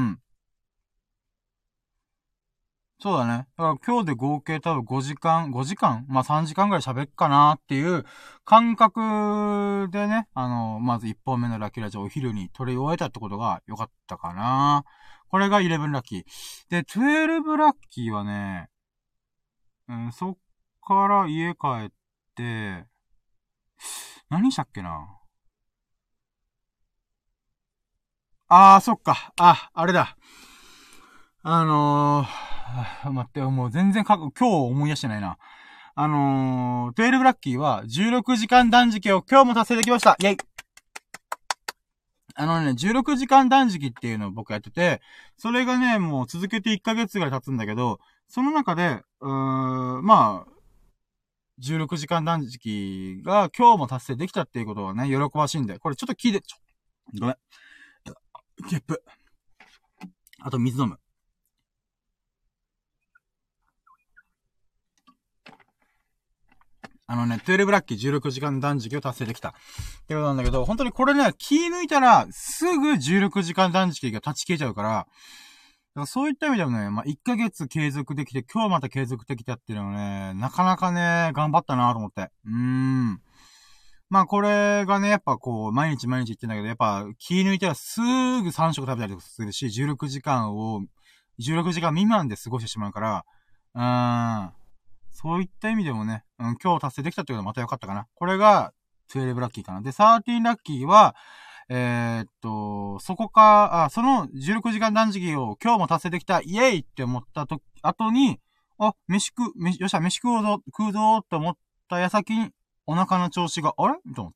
そうだね。だから今日で合計多分5時間まあ3時間ぐらい喋っかなっていう感覚でね、まず1本目のラッキーラジオお昼に撮り終えたってことが良かったかな。これが11ラッキー。で、12ラッキーはね、そっから家帰って、何したっけな。そっか。あれだ。待って、もう全然今日思い出してないな。12ラッキーは16時間断食を今日も達成できました。イェイ 16時間断食っていうのを僕やってて、それがね、もう続けて1ヶ月ぐらい経つんだけど、その中で、まあ、16時間断食が今日も達成できたっていうことはね、喜ばしいんで、これちょっと聞いて、ごめん。ゲップ。あと水飲む。12ラッキー16時間断食を達成できた。ってことなんだけど、本当にこれね、気抜いたら、すぐ16時間断食が断ち切れちゃうから、だからそういった意味でもね、まあ、1ヶ月継続できて、今日また継続できたっていうのはね、なかなかね、頑張ったなと思って。まあ、これがね、やっぱこう、毎日毎日言ってんだけど、やっぱ気抜いたらすぐ3食食べたりとかするし、16時間未満で過ごしてしまうから、そういった意味でもね、今日達成できたってことはまた良かったかな。これが、12ラッキーかな。で、13ラッキーは、その16時間断食を今日も達成できた、イエーイって思った後に、よっしゃ、飯食うぞって思った矢先に、お腹の調子が、あれと思って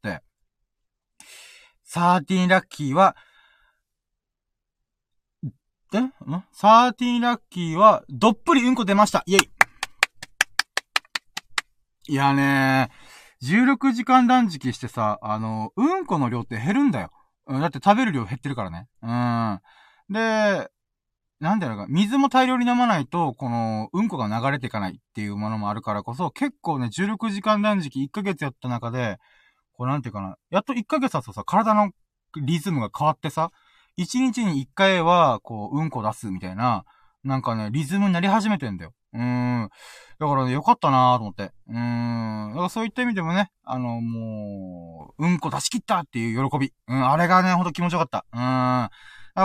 。13ラッキーは、13ラッキーは、どっぷりうんこ出ました。イェイ。いやね16時間断食してさ、うんこの量って減るんだよ。だって食べる量減ってるからね。で、なんだろうか、水も大量に飲まないと、この、うんこが流れていかないっていうものもあるからこそ、結構ね、16時間断食1ヶ月やった中で、こうなんていうかな、やっと1ヶ月経つとさ、体のリズムが変わってさ、1日に1回は、こう、うんこ出すみたいな、なんかね、リズムになり始めてんだよ。だからね、よかったなーと思って。だからそういった意味でもね、もう、うんこ出し切ったっていう喜び。あれがね、ほんと気持ちよかった。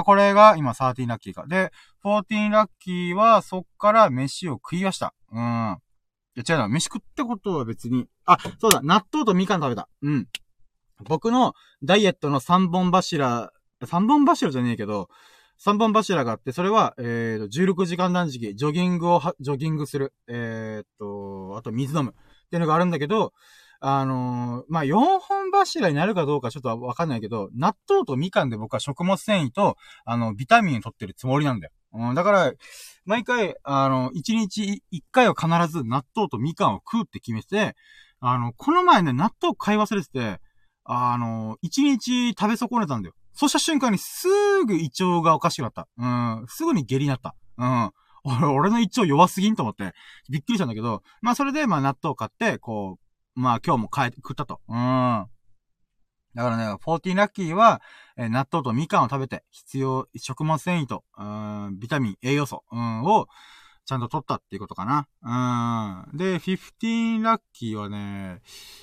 これが今13ラッキーか。で、14ラッキーはそっから飯を食いました。いや違うな、飯食ったことは別に、そうだ、納豆とみかん食べた。僕のダイエットの3本柱じゃねえけど、3本柱があって、それは、16時間断食、ジョギングする。あと水飲む。っていうのがあるんだけど、まあ、4本柱になるかどうかちょっとわかんないけど、納豆とみかんで僕は食物繊維と、ビタミンを取ってるつもりなんだよ。だから、毎回、1日1回は必ず納豆とみかんを食うって決めて、この前ね、納豆買い忘れてて、1日食べ損ねたんだよ。そうした瞬間にすぐ胃腸がおかしくなった。すぐに下痢になった。俺の胃腸弱すぎんと思って、びっくりしたんだけど、まあそれでまあ納豆を買って、こう、まあ今日も食ったと。だからね、14ラッキーは、納豆とみかんを食べて、必要、食物繊維と、ビタミン、栄養素、を、ちゃんと取ったっていうことかな。で、15ラッキーはね、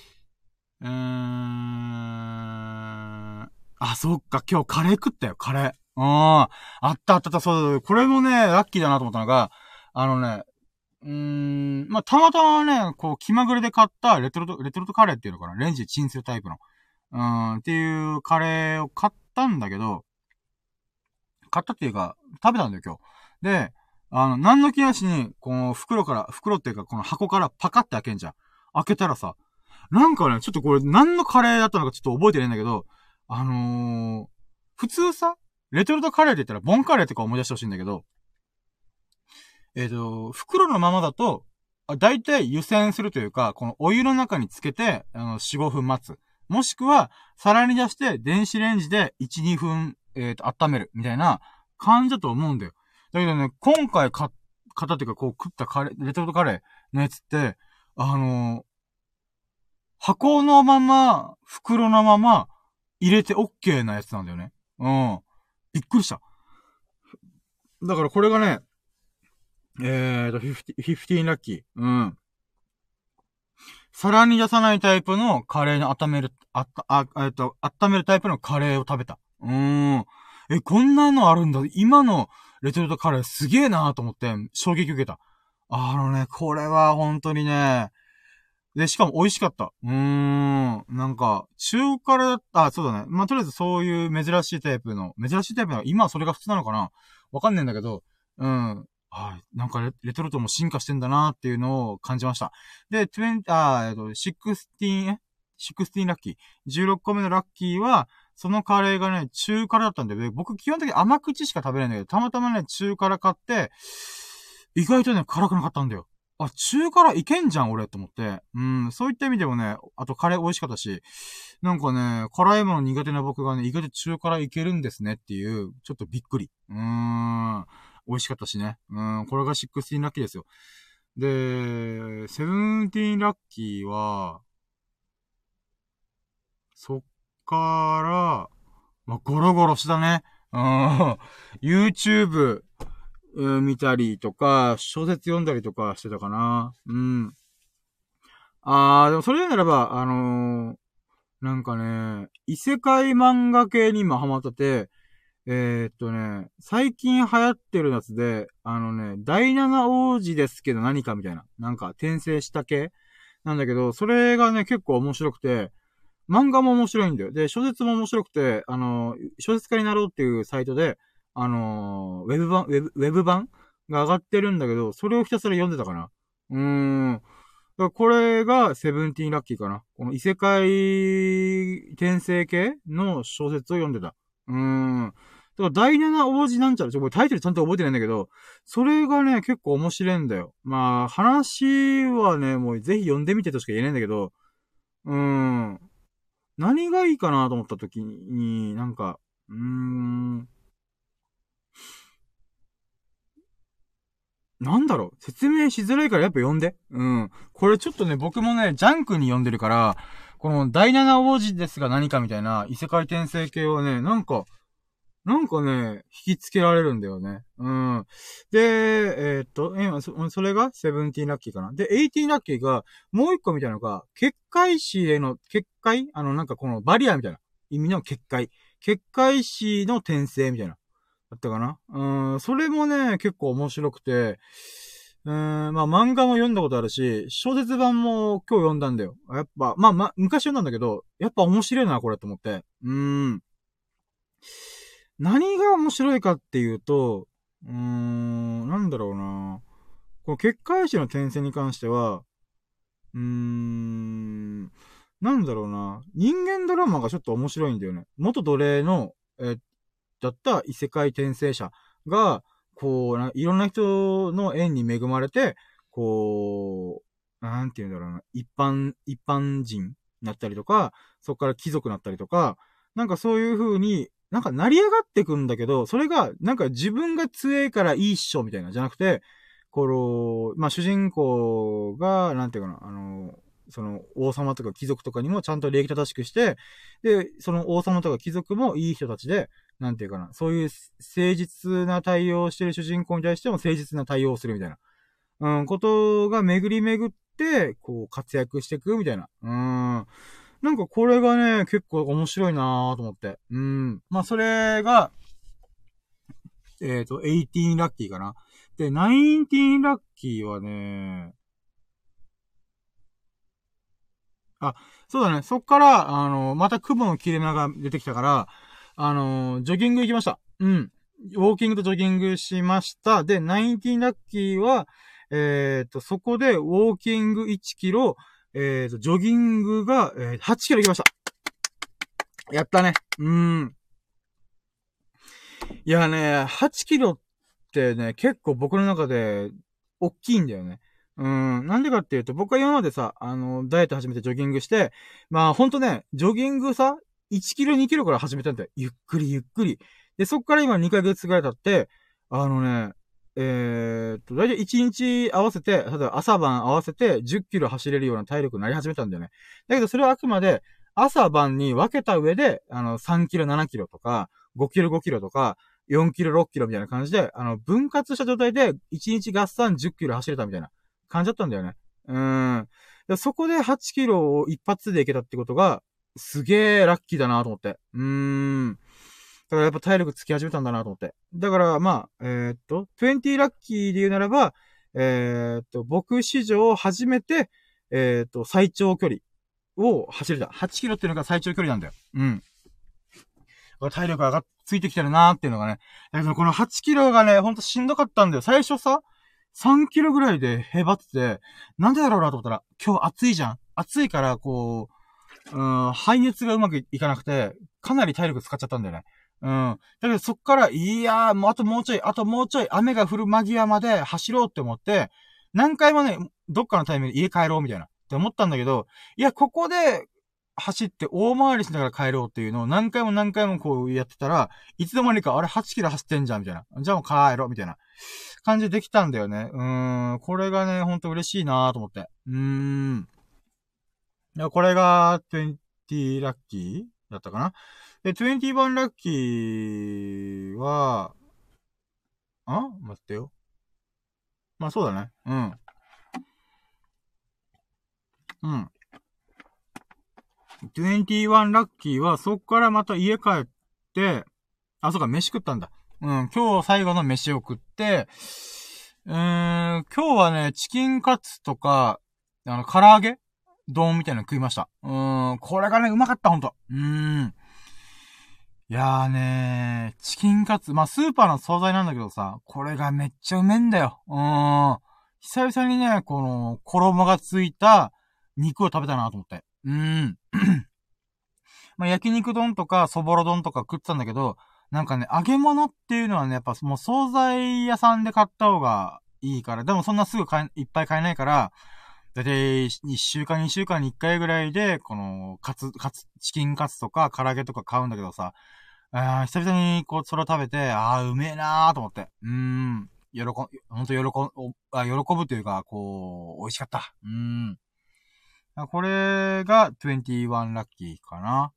そっか、今日カレー食ったよ、カレー。あった、そうだ、これもね、ラッキーだなと思ったのが、まあ、たまたまね、こう、気まぐれで買ったレトルトカレーっていうのかな、レンジでチンするタイプの。っていうカレーを買ったんだけど、買ったっていうか、食べたんだよ、今日。で、何の気なしに、この袋っていうか、この箱からパカって開けんじゃん。開けたらさ、なんかね、ちょっとこれ何のカレーだったのかちょっと覚えてないんだけど、普通さ、レトルトカレーって言ったらボンカレーとか思い出してほしいんだけど、袋のままだと、だいたい湯煎するというか、このお湯の中につけて、4、5分待つ。もしくは、皿に出して、電子レンジで1、2分、温める。みたいな感じだと思うんだよ。だけどね、今回買ったっていうか、こう食ったレトルトカレーのやつって、箱のまま、袋のまま、入れて OK なやつなんだよね。びっくりした。だからこれがね、15ラッキー。皿に出さないタイプのカレーに温めるタイプのカレーを食べた。こんなのあるんだ。今のレトルトカレーすげえなーと思って衝撃受けた。これは本当にね、で、しかも美味しかった。なんか、中辛そうだね。まあ、とりあえずそういう珍しいタイプの、今はそれが普通なのかなわかんねえんだけど、なんかレトルトも進化してんだなっていうのを感じました。で、16ラッキー。16個目のラッキーは、 そのカレーがね、中辛だったんで、僕基本的に甘口しか食べないんだけど、たまたまね、中辛買って、意外とね、辛くなかったんだよ。あ、中辛いけんじゃん、俺、と思って。そういった意味でもね、あとカレー美味しかったし、なんかね、辛いもの苦手な僕がね、意外と中辛いけるんですねっていう、ちょっとびっくり。美味しかったしね。これが16ラッキーですよ。で、17ラッキーは、そっから、まあ、ゴロゴロしたね。YouTube、見たりとか、小説読んだりとかしてたかな。でもそれならば、なんかね、異世界漫画系に今ハマってて、最近流行ってるやつで、第七王子ですけど何かみたいな。なんか転生した系なんだけど、それがね、結構面白くて、漫画も面白いんだよ。で、小説も面白くて、小説家になろうっていうサイトで、ウェブ版が上がってるんだけど、それをひたすら読んでたかな。だからこれがセブンティーンラッキーかな。この異世界転生系の小説を読んでた。だから第七王子なんちゃら、タイトルちゃんと覚えてないんだけど、それがね、結構面白いんだよ。まあ、話はね、もうぜひ読んでみてとしか言えないんだけど、何がいいかなと思った時に、なんか、なんだろう説明しづらいからやっぱ読んで。これちょっとね、僕もね、ジャンクに読んでるから、この第七王子ですが何かみたいな異世界転生系はね、なんかね、引きつけられるんだよね。で、今、それがセブンティーンラッキーかな。で、エイティーンラッキーが、もう一個みたいなのが、結界師への、結界なんかこのバリアみたいな意味の結界。結界師の転生みたいな。だったかな。それもね、結構面白くて、まあ漫画も読んだことあるし、小説版も今日読んだんだよ。やっぱ、昔読んだんだけど、やっぱ面白いな、これと思って。何が面白いかっていうと、なんだろうな。この結界師の転生に関しては、なんだろうな。人間ドラマがちょっと面白いんだよね。元奴隷の、だった異世界転生者が、こう、いろんな人の縁に恵まれて、こう、なんて言うんだろうな。一般人になったりとか、そこから貴族になったりとか、なんかそういう風に、なんか成り上がってくんだけど、それが、なんか自分が強いからいいっしょ、みたいな、じゃなくて、この、主人公が、なんていうかな、その王様とか貴族とかにもちゃんと礼儀正しくして、で、その王様とか貴族もいい人たちで、なんていうかな、そういう誠実な対応をしてる主人公に対しても誠実な対応をするみたいな、ことが巡り巡って、こう活躍していくみたいな。なんかこれがね、結構面白いなぁと思って。まあそれが、18ラッキーかな。で、19ラッキーはね、そうだね。そっから、また雲の切れ間が出てきたから、ジョギング行きました。ウォーキングとジョギングしました。で、19ラッキーは、そこで、ウォーキング1キロ、ジョギングが、8キロ行きました。やったね。いやね、8キロってね、結構僕の中で、大きいんだよね。なんでかっていうと、僕は今までさ、ダイエット始めてジョギングして、まあほんとね、ジョギングさ、1キロ2キロから始めたんだよ。ゆっくりゆっくり。で、そっから今2ヶ月ぐらい経って、だいたい1日合わせて、例えば朝晩合わせて10キロ走れるような体力になり始めたんだよね。だけどそれはあくまで、朝晩に分けた上で、3キロ7キロとか、5キロ5キロとか、4キロ6キロみたいな感じで、分割した状態で1日合算10キロ走れたみたいな感じだったんだよね。でそこで8キロを一発でいけたってことが、すげーラッキーだなと思って。だからやっぱ体力つき始めたんだなと思って。だから、まあ、20ラッキーで言うならば、僕史上初めて、最長距離を走れた。8キロっていうのが最長距離なんだよ。体力ついてきてるなーっていうのがね。だけどこの8キロがね、ほんとしんどかったんだよ。最初さ、3キロぐらいでへばってて、なんでだろうなと思ったら、今日暑いじゃん。暑いから、こう、 排熱がうまくいかなくて、かなり体力使っちゃったんだよね。だけどそっから、いやー、もうあともうちょい、雨が降る間際まで走ろうって思って、何回もね、どっかのタイミングで家帰ろうみたいな、って思ったんだけど、いや、ここで、走って大回りしながら帰ろうっていうのを何回もこうやってたら、いつの間にか、あれ8キロ走ってんじゃん、みたいな。じゃあもう帰ろう、みたいな感じでできたんだよね。これがね、ほんと嬉しいなーと思って。いや、これが20ラッキーだったかな。で、21ラッキーは、待ってよ。まあそうだね。21ラッキーは、そっからまた家帰って、そうか、飯食ったんだ。今日最後の飯を食って、今日はね、チキンカツとか、唐揚げ丼みたいなの食いました。これがね、うまかった、ほんと。いやーねー、チキンカツ、まあ、スーパーの惣菜なんだけどさ、これがめっちゃうめんだよ。久々にね、この、衣がついた肉を食べたなと思って。まあ、焼肉丼とか、そぼろ丼とか食ってたんだけど、なんかね、揚げ物っていうのはね、やっぱもう惣菜屋さんで買った方がいいから、でもそんなすぐいっぱい買えないから、だいたい1週間2週間に1回ぐらいで、この、チキンカツとか唐揚げとか買うんだけどさ、久々にこう、それを食べて、うめえなーと思って。ほんと喜ぶというか、こう、美味しかった。これが21ラッキーかな。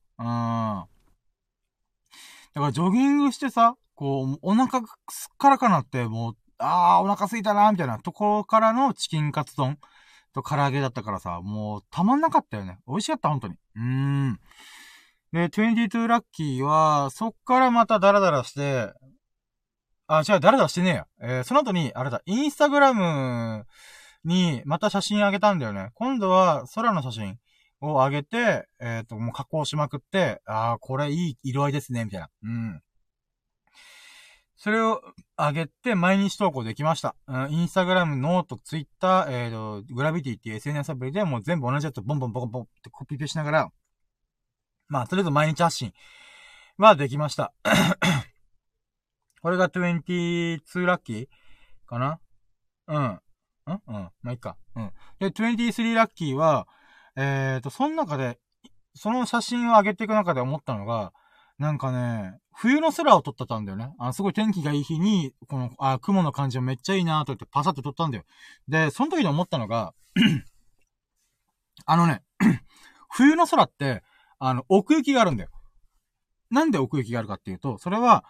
だからジョギングしてさ、こう、お腹すっからかなって、もう、お腹すいたな、みたいなところからのチキンカツ丼と唐揚げだったからさ、もう、たまんなかったよね。美味しかった、本当に。で、22ラッキーは、そっからまたダラダラして、ダラダラしてねえや。その後に、あれだ、インスタグラムにまた写真あげたんだよね。今度は空の写真を上げて、もう加工しまくって、これいい色合いですね、みたいな。それを上げて毎日投稿できました。インスタグラム、ノート、ツイッター、グラビティっていう SNS アプリでもう全部同じやつボンボンボンボンってコピペしながら、まあ、とりあえず毎日発信はできました。これが22ラッキーかな。まあ、いいか。で、23ラッキーは、その中で、その写真を上げていく中で思ったのが、なんかね、冬の空を撮ってたんだよね。すごい天気がいい日に、この、雲の感じがめっちゃいいなと言ってパサッと撮ったんだよ。で、その時に思ったのが、冬の空って、奥行きがあるんだよ。なんで奥行きがあるかっていうと、それは、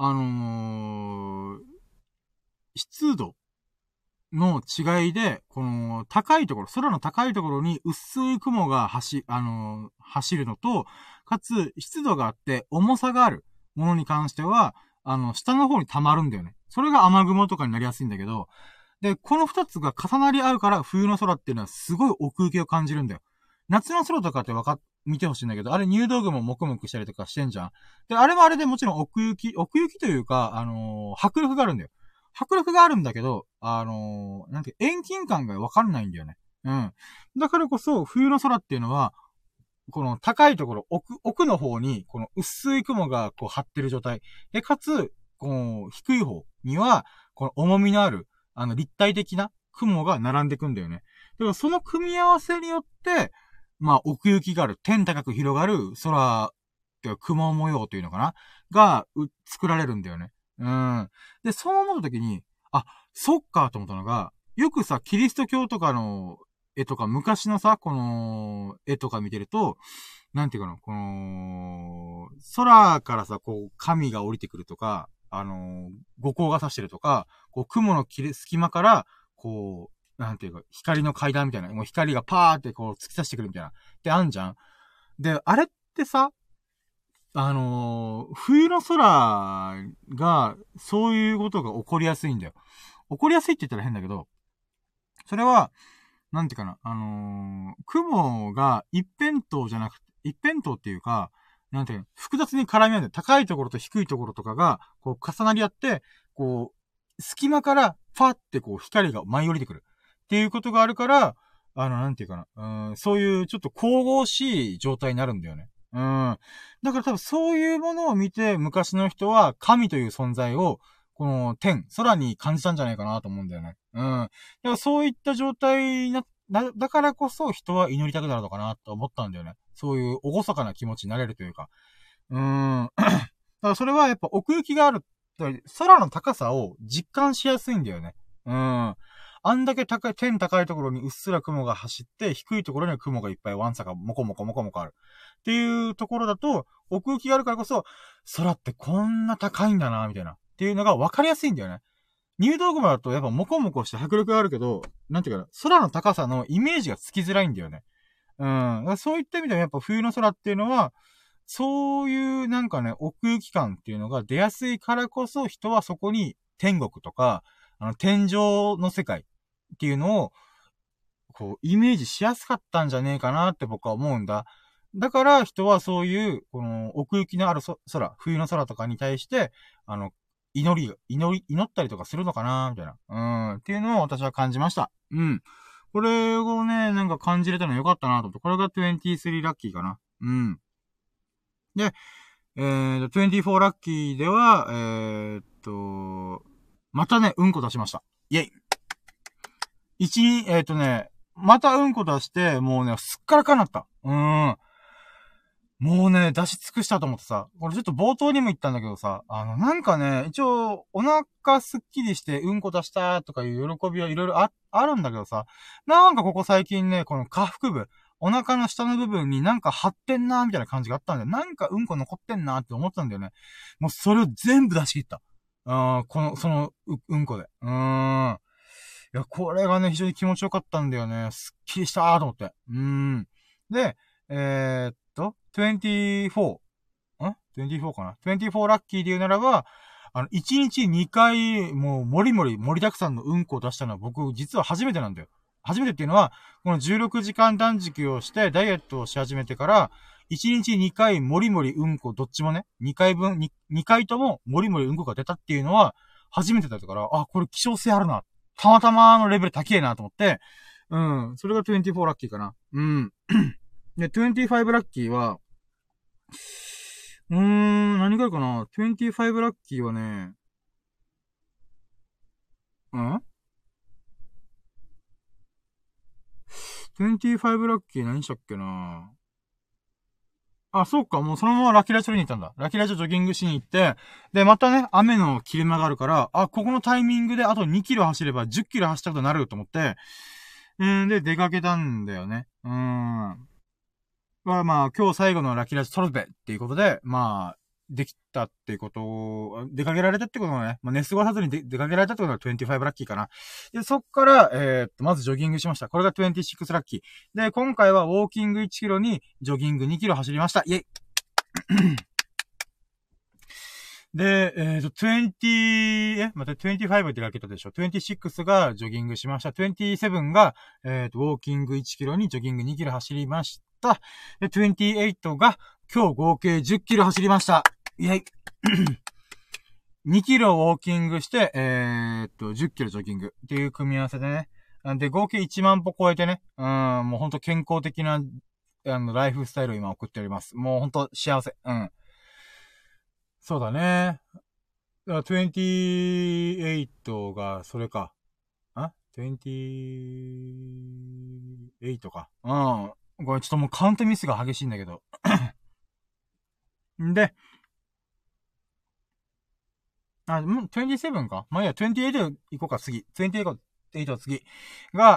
湿度の違いで、この、高いところ、空の高いところに薄い雲が走るのと、かつ、湿度があって重さがあるものに関しては、下の方に溜まるんだよね。それが雨雲とかになりやすいんだけど、で、この二つが重なり合うから、冬の空っていうのはすごい奥行きを感じるんだよ。夏の空とかって見てほしいんだけど、あれ入道雲もくもくしたりとかしてんじゃん。で、あれはあれでもちろん奥行きというか、迫力があるんだよ。迫力があるんだけど、遠近感がわかんないんだよね。だからこそ、冬の空っていうのは、この高いところ、奥の方に、この薄い雲がこう張ってる状態。で、かつ、この低い方には、この重みのある、立体的な雲が並んでくんだよね。だからその組み合わせによって、まあ、奥行きがある、天高く広がる空、雲模様というのかなが、作られるんだよね。で、そう思った時に、そっかと思ったのが、よくさ、キリスト教とかの絵とか、昔のさ、この絵とか見てると、なんていうかな、この、空からさ、こう、神が降りてくるとか、五光が差してるとか、こう、雲の隙間から、こう、なんていうか、光の階段みたいな、もう光がパーってこう、突き刺してくるみたいな、ってあんじゃん。で、あれってさ、冬の空が、そういうことが起こりやすいんだよ。起こりやすいって言ったら変だけど、それは、なんていうかな、雲が一辺倒じゃなくて、一辺倒っていうか、なんていうの、複雑に絡み合うんだよ。高いところと低いところとかが、こう重なり合って、こう、隙間から、ファってこう光が舞い降りてくる。っていうことがあるから、 なんていうかな。そういうちょっと神々しい状態になるんだよね。だから多分そういうものを見て昔の人は神という存在を、この空に感じたんじゃないかなと思うんだよね。だからそういった状態だからこそ人は祈りたくなるのかなと思ったんだよね。そういう厳かな気持ちになれるというか。だからそれはやっぱ奥行きがある。空の高さを実感しやすいんだよね。あんだけ天高いところにうっすら雲が走って、低いところには雲がいっぱいワンサがもこもこもこもこある。っていうところだと、奥行きがあるからこそ、空ってこんな高いんだな、みたいな。っていうのが分かりやすいんだよね。入道雲だとやっぱモコモコして迫力があるけど、なんていうかな、空の高さのイメージがつきづらいんだよね。そういった意味ではやっぱ冬の空っていうのは、そういうなんかね、奥行き感っていうのが出やすいからこそ人はそこに天国とか、天上の世界っていうのを、こう、イメージしやすかったんじゃねえかなって僕は思うんだ。だから人はそういう、この奥行きのある空、冬の空とかに対して、祈ったりとかするのかなみたいな。っていうのを私は感じました。これをね、なんか感じれたの良かったなと思って、これが23ラッキーかな。で、24ラッキーでは、またね、うんこ出しました。イェイまたうんこ出して、もうね、すっからかなった。もうね、出し尽くしたと思ってさ、これちょっと冒頭にも言ったんだけどさ、なんかね、一応、お腹すっきりしてうんこ出したとかいう喜びはいろいろあるんだけどさ、なんかここ最近ね、この下腹部、お腹の下の部分になんか張ってんなーみたいな感じがあったんだよ。なんかうんこ残ってんなーって思ってたんだよね。もうそれを全部出し切った。うんこで。いや、これがね、非常に気持ちよかったんだよね。すっきりしたーと思って。で、24? 24かな ?24 ラッキーで言うならば、1日2回、もう、盛りだくさんのうんこを出したのは僕、実は初めてなんだよ。初めてっていうのは、この16時間断食をして、ダイエットをし始めてから、1日2回、うんこ、どっちもね、2回分、2回とも、うんこが出たっていうのは、初めてだったから、あ、これ希少性あるな。たまたまのレベル高えなと思って、それが24ラッキーかな。で、25ラッキーは、何があるかな ?25 ラッキーはね、ん ?25 ラッキー何したっけなあ、そうか、もうそのままラキラチョに行ったんだ。ラキラチョジョギングしに行って、で、またね、雨の切れ間があるから、あ、ここのタイミングであと2キロ走れば10キロ走ったことになると思って、で、出かけたんだよね。まあ、今日最後のラキラチソルベっていうことで、まあ、できたっていうことを、出かけられたってことはね、まあ、寝過ごさずに出かけられたってことが25ラッキーかな。で、そっから、まずジョギングしました。これが26ラッキー。で、今回はウォーキング1キロにジョギング2キロ走りました。イェイで、待って、25って書けたでしょ。26がジョギングしました。27が、ウォーキング1キロにジョギング2キロ走りました。で、28が、今日合計10キロ走りました。イェイ2キロウォーキングして、10キロジョギングっていう組み合わせでね。で、合計1万歩超えてね。もうほんと健康的な、ライフスタイルを今送っております。もうほんと幸せ。そうだね。だから28が、それか。28か。これちょっともうカウントミスが激しいんだけど。んで、もう27かまあ、いや、28行こうか、次。28次。が、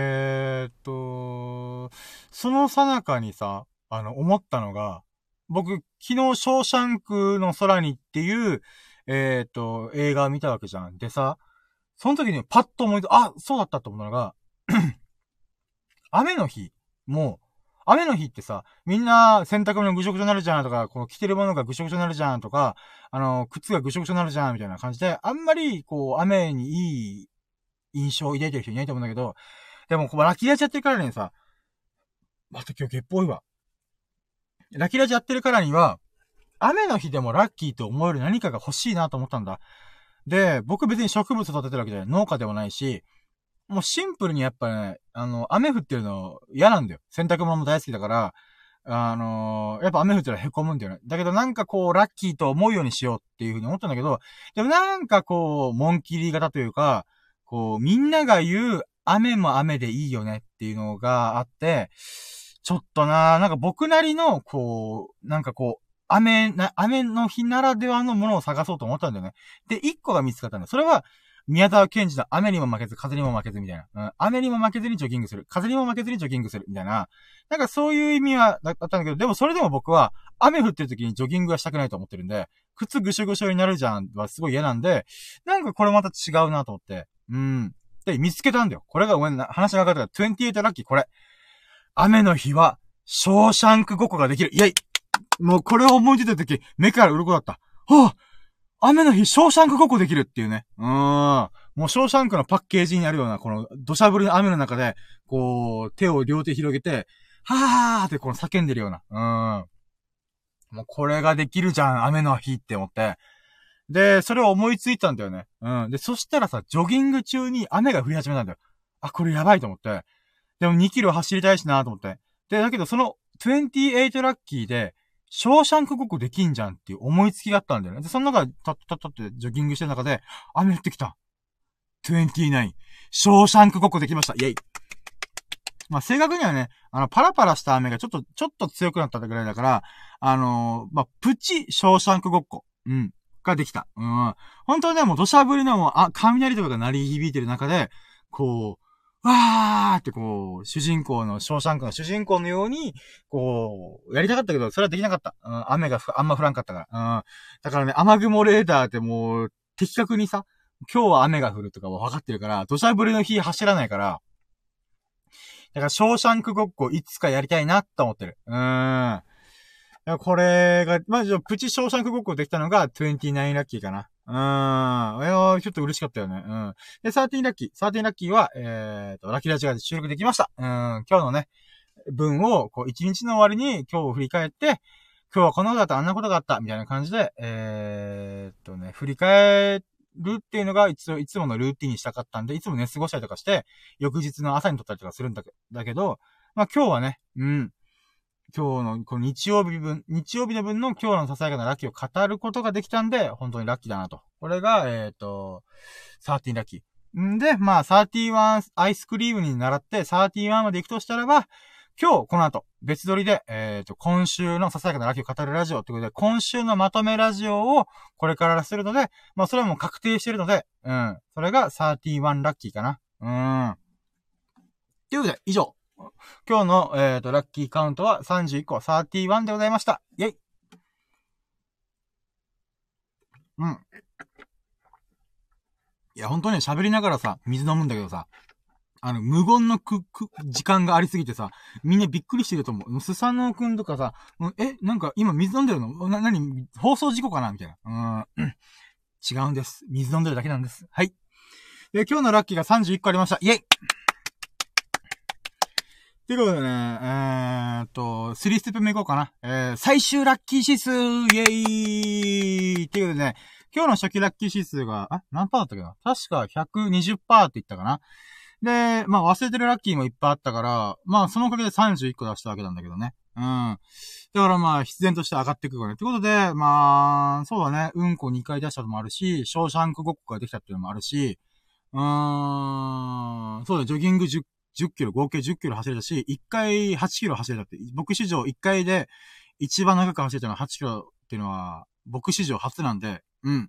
その最中にさ、思ったのが、僕、昨日、ショーシャンクの空にっていう、映画を見たわけじゃん。でさ、その時にパッと思い出、あ、そうだったと思うのが、雨の日ってさ、みんな洗濯物ぐしょぐしょになるじゃんとか、こう着てるものがぐしょぐしょになるじゃんとか、靴がぐしょぐしょになるじゃんみたいな感じで、あんまり、こう、雨にいい印象を抱いてる人いないと思うんだけど、でも、こう、ラッキーラジやってるからにさ、また今日ゲッポいわ。ラッキーラジやってるからには、雨の日でもラッキーと思える何かが欲しいなと思ったんだ。で、僕別に植物育ててるわけじゃない。農家でもないし、 もうシンプルにやっぱね、雨降ってるの嫌なんだよ。洗濯物も大好きだから、やっぱ雨降ったら凹むんだよね。だけどなんかこう、ラッキーと思うようにしようっていう風に思ったんだけど、でもなんかこう、紋切り型というか、こう、みんなが言う、雨も雨でいいよねっていうのがあって、ちょっとなんか僕なりの、こう、なんかこう、雨の日ならではのものを探そうと思ったんだよね。で、一個が見つかったんだよ。それは、宮沢賢治の雨にも負けず、風にも負けずみたいな。雨にも負けずにジョギングする。風にも負けずにジョギングする。みたいな。なんかそういう意味は、だったんだけど、でもそれでも僕は、雨降ってる時にジョギングはしたくないと思ってるんで、靴ぐしょぐしょになるじゃんはすごい嫌なんで、なんかこれまた違うなと思って。で、見つけたんだよ。これがごめんな、話が分かったから、28ラッキー、これ。雨の日は、ショーシャンクごっこができる。イェイ。もうこれを思いついた時、目から鱗だった。はぁ、雨の日、ショーシャンクごっこできるっていうね。もうショーシャンクのパッケージにあるような、この土砂降りの雨の中で、こう、手を両手広げて、はーってこの叫んでるような。もうこれができるじゃん、雨の日って思って。で、それを思いついたんだよね。で、そしたらさ、ジョギング中に雨が降り始めたんだよ。あ、これやばいと思って。でも2キロ走りたいしなと思って。で、だけどその28ラッキーで、ショーシャンクごっこできんじゃんっていう思いつきがあったんだよね。で、その中で、ってジョギングしてる中で、雨降ってきた。29。ショーシャンクごっこできました。イェイ。まあ、正確にはね、パラパラした雨がちょっと強くなったぐらいだから、まあ、プチショーシャンクごっこ。ができた。本当はね、もう土砂降りのもう、雷とかが鳴り響いてる中で、こう、わーってこう、ショーシャンクの主人公のように、こう、やりたかったけど、それはできなかった。雨があんま降らんかったから。だからね、雨雲レーダーってもう、的確にさ、今日は雨が降るとかは分かってるから、土砂降りの日走らないから、だから、ショーシャンクごっこいつかやりたいなと思ってる。これが、まあ、プチショーシャンクごっこできたのが29ラッキーかな。ちょっと嬉しかったよね。で、13ラッキー。13ラッキーは、ラッキーラジオで収録できました。今日のね、文を、こう、一日の終わりに今日を振り返って、今日はこんなことがあった、あんなことがあった、みたいな感じで、振り返るっていうのがいつものルーティンにしたかったんで、いつもね、過ごしたりとかして、翌日の朝に撮ったりとかするんだけど、まあ今日はね、今日の、この日曜日の分の今日のささやかなラッキーを語ることができたんで、本当にラッキーだなと。これが、13ラッキー。んで、まあ、31アイスクリームに習って31まで行くとしたらば、今日、この後、別撮りで、今週のささやかなラッキーを語るラジオってことで、今週のまとめラジオをこれからするので、まあ、それはもう確定してるので、それが31ラッキーかな。ということで、以上。今日の、ラッキーカウントは31個、31でございました。イェイ。いや、本当ね、喋りながらさ、水飲むんだけどさ、無言の時間がありすぎてさ、みんなびっくりしてると思う。スサノオくんとかさ、なんか今水飲んでるの何放送事故かなみたいな。違うんです。水飲んでるだけなんです。はい。で、今日のラッキーが31個ありました。イェイ。ということでね、3ステップ目いこうかな。最終ラッキー指数イェイということでね、今日の初期ラッキー指数が、何パーだったっけな確か 120% って言ったかな。で、まあ忘れてるラッキーもいっぱいあったから、まあそのおかげで31個出したわけなんだけどね。だからまあ必然として上がっていくからね。ってことで、まあ、そうだね。うんこ2回出したのもあるし、ショーシャンクごっこができたっていうのもあるし、そうだ、ジョギング10キロ、合計10キロ走れたし、1回8キロ走れたって、僕史上1回で一番長く走れたのは8キロっていうのは、僕史上初なんで、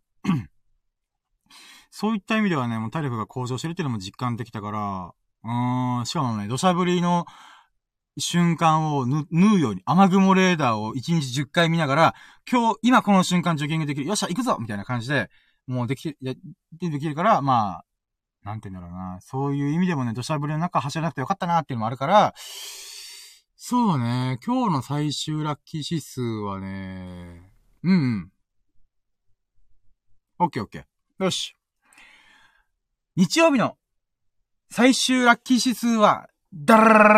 そういった意味ではね、もう体力が向上してるっていうのも実感できたから、しかもね、土砂降りの瞬間を縫うように、雨雲レーダーを1日10回見ながら、今この瞬間ジョギングできる、よっしゃ、行くぞみたいな感じで、もうできるから、まあ、なんて言うんだろうな。そういう意味でもね、土砂降りの中走らなくてよかったなっていうのもあるから、そうね、今日の最終ラッキー指数はね、オッケー。よし。日曜日の最終ラッキー指数は、ダ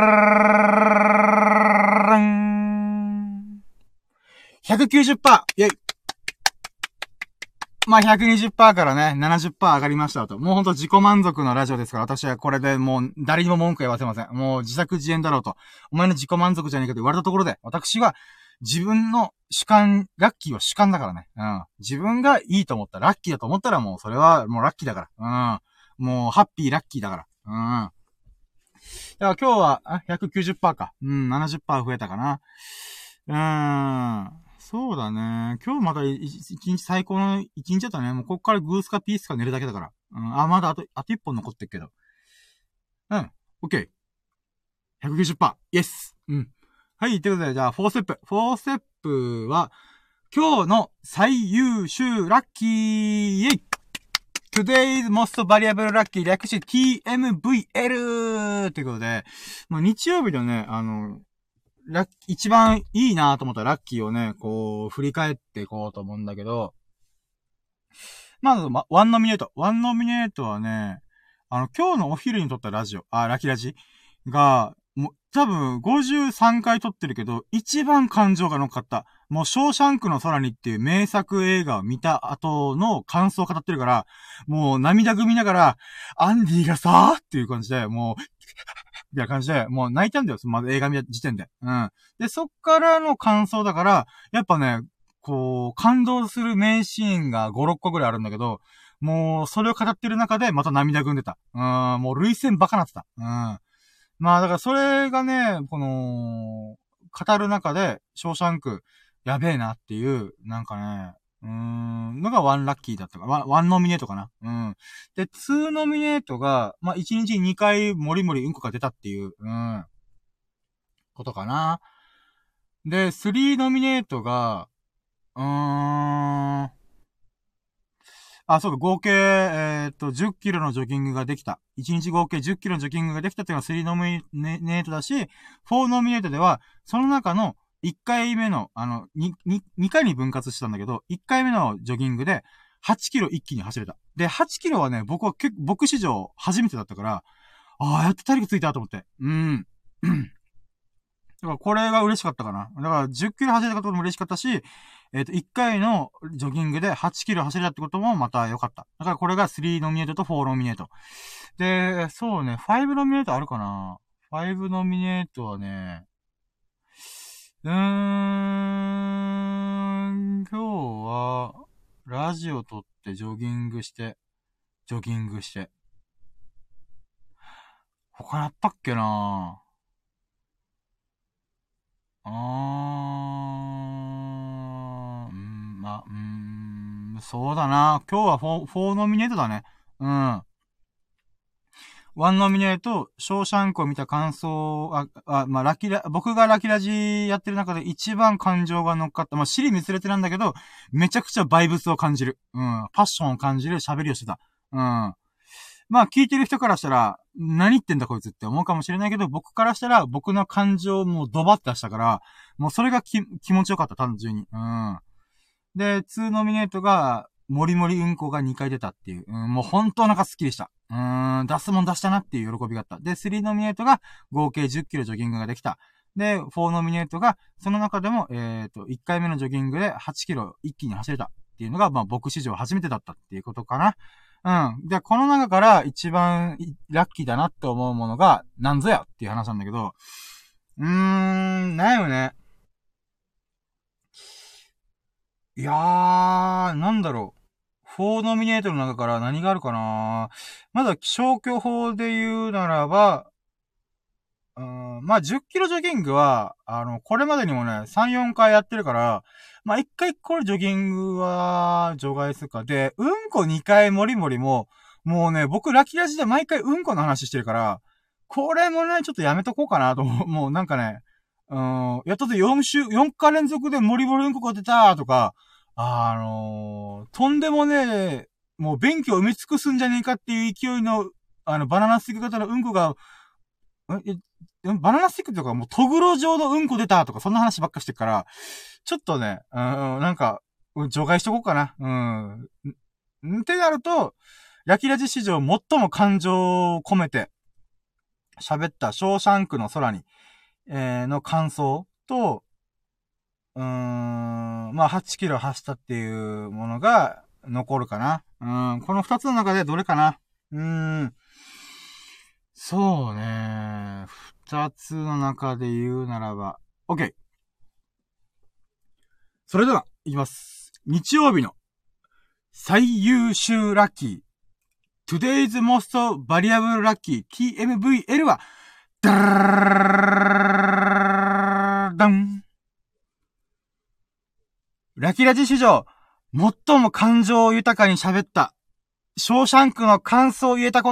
ラン !190%! イェイまあ、120% からね、70% 上がりましたと。もうほんと自己満足のラジオですから、私はこれでもう誰にも文句言わせません。もう自作自演だろうと。お前の自己満足じゃねえかと言われたところで、私は自分の主観、ラッキーは主観だからね。うん。自分がいいと思ったら、ラッキーだと思ったらもうそれはもうラッキーだから。うん。もうハッピーラッキーだから。うん。だから今日は、190% か。うん、70% 増えたかな。そうだね。今日また一日最高の一日だったね。もうこっからグースかピースか寝るだけだから。まだあと一本残ってるけど。うん。オッケー。190%。イエス。うん。はい。ということで、じゃあ、4ステップ。4ステップは、今日の最優秀ラッキーイェイ !Today's most valuable lucky 略して TMVL! ということで、もう日曜日のね、一番いいなと思ったラッキーをね、こう、振り返っていこうと思うんだけど、まず、ワンノミネート。ワンノミネートはね、今日のお昼に撮ったラジオ、ラキラジが、もう、多分、53回撮ってるけど、一番感情が乗っかった。もう、ショーシャンクの空にっていう名作映画を見た後の感想を語ってるから、もう涙ぐみながら、アンディがさーっていう感じで、もう、みたいな感じで、もう泣いたんだよ。まず映画見た時点で。うん。で、そっからの感想だから、やっぱね、こう、感動する名シーンが5、6個ぐらいあるんだけど、もう、それを語ってる中でまた涙ぐんでた。もう、涙腺バカなってた。まあ、だからそれがね、この、語る中で、ショーシャンク、やべえなっていう、なんかね、のがワンラッキーだったか。ワンノミネートかな。で、ツーノミネートが、まあ、1日2回もりもりうんこが出たっていう、ことかな。で、スリーノミネートが、そうか、合計、10キロのジョギングができた。1日合計10キロのジョギングができたっていうのは3ノミネートだし、4ノミネートでは、その中の1回目の、2回に分割したんだけど、1回目のジョギングで8キロ一気に走れた。で、8キロはね、僕史上初めてだったから、やっと体力ついたと思って。だからこれが嬉しかったかな。だから10キロ走れたことも嬉しかったし、1回のジョギングで8キロ走れたってこともまた良かった。だからこれが3ノミネートと4ノミネート。で、そうね、5ノミネートあるかな ?5 ノミネートはね、今日は、ラジオ撮ってジョギングして、他やったっけなそうだな。今日は4ノミネートだね。ワンノミネート、ショーシャンクを見た感想、僕がラキラジやってる中で一番感情が乗っかった。尻滅裂なんだけど、めちゃくちゃバイブスを感じる。パッションを感じる喋りをしてた。聞いてる人からしたら、何言ってんだこいつって思うかもしれないけど、僕からしたら、僕の感情をもうドバって出したから、もうそれが気持ちよかった、単純に。で、2ノミネートが、もりもりうんこが2回出たっていう。もう本当なんかスッキリした。出すもん出したなっていう喜びがあった。で、3ノミネートが合計10キロジョギングができた。で、4ノミネートが、その中でも、1回目のジョギングで8キロ一気に走れたっていうのが、僕史上初めてだったっていうことかな。で、この中から一番ラッキーだなって思うものが、なんぞやっていう話なんだけど、なんよね。いやー、なんだろう。4ノミネートの中から何があるかな。まだ消去法で言うならば、10キロジョギングは、これまでにもね、3、4回やってるから、1回これジョギングは除外するか。で、うんこ2回もりもりも、もうね、僕ラキラジで毎回うんこの話してるから、これもね、ちょっとやめとこうかなと思う。もうなんかね、やっとで4日連続でもりもりうんこが出たとか、とんでもね、もう勉強埋め尽くすんじゃねえかっていう勢いの、バナナスティック型のうんこが、バナナスティックとかもうトグロ状のうんこ出たとかそんな話ばっかしてるから、ちょっとね、なんか、除外しとこうかな。ってなると、焼きラジ史上最も感情を込めて喋ったショーシャンクの空に、の感想と、8キロ走ったっていうものが、 残るかな。この2つの中でどれかな。そうね。2つの中で言うならば、OK。それでは、いきます。日曜日の最優秀ラッキー。Today's Most Valuable Lucky TMVL は、ダーダン。ラキラジ史上、最も感情豊かに喋った、ショーシャンクの感想を言えたこと。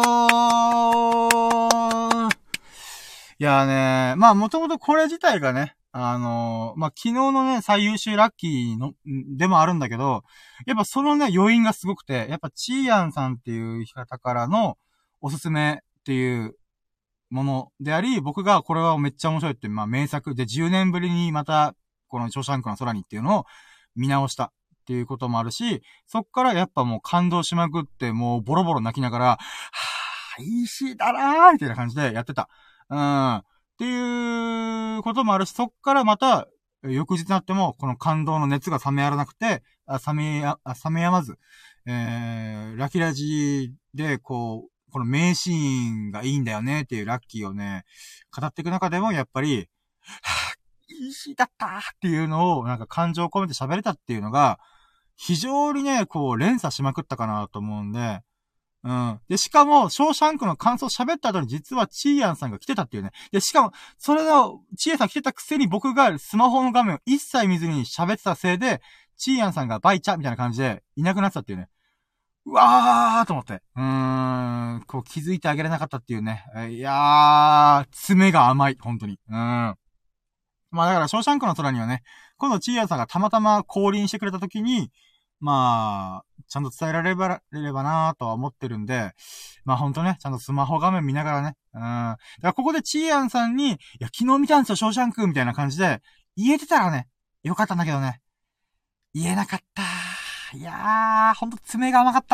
いやーね、まあもともとこれ自体がね、まあ昨日のね、最優秀ラッキーの、でもあるんだけど、やっぱそのね、余韻がすごくて、やっぱチーヤンさんっていう方からのおすすめっていうものであり、僕がこれはめっちゃ面白いって、まあ名作で10年ぶりにまた、このショーシャンクの空にっていうのを見直したっていうこともあるし、そっからやっぱもう感動しまくって、もうボロボロ泣きながら、はぁ、いい詩だなーみたいな感じでやってた。っていうこともあるし、そっからまた、翌日になっても、この感動の熱が冷めやらなくて、冷めやまず、ラキラジで、この名シーンがいいんだよねっていうラッキーをね、語っていく中でも、やっぱり、いい詩だったっていうのを、なんか感情を込めて喋れたっていうのが、非常にね、連鎖しまくったかなと思うんで、で、しかも、ショーシャンクの感想喋った後に実はチーヤンさんが来てたっていうね。で、しかも、それの、チーヤンさん来てたくせに僕がスマホの画面を一切見ずに喋ってたせいで、チーヤンさんがバイチャみたいな感じでいなくなってたっていうね。うわーと思って。気づいてあげれなかったっていうね。いやー、爪が甘い、本当に。まあだから、ショーシャンクの空にはね、今度チーヤンさんがたまたま降臨してくれた時に、まあ、ちゃんと伝えられればなぁとは思ってるんで、まあほんとね、ちゃんとスマホ画面見ながらね、だからここでチーヤンさんに、いや、昨日見たんですよ、ショーシャンクみたいな感じで、言えてたらね、よかったんだけどね。言えなかった。いやー、ほんと爪が甘かった。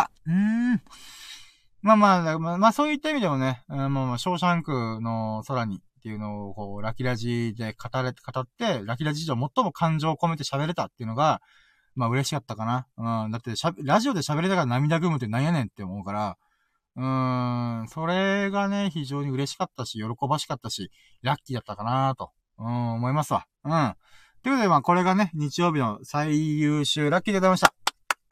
まあそういった意味でもね、ショーシャンクの空にっていうのをラキラジで語って、ラキラジ上最も感情を込めて喋れたっていうのが、まあ嬉しかったかな。だってラジオで喋れたから涙ぐむってなんやねんって思うから、それがね、非常に嬉しかったし、喜ばしかったし、ラッキーだったかなと、思いますわ。ということで、まあこれがね、日曜日の最優秀ラッキーでございました。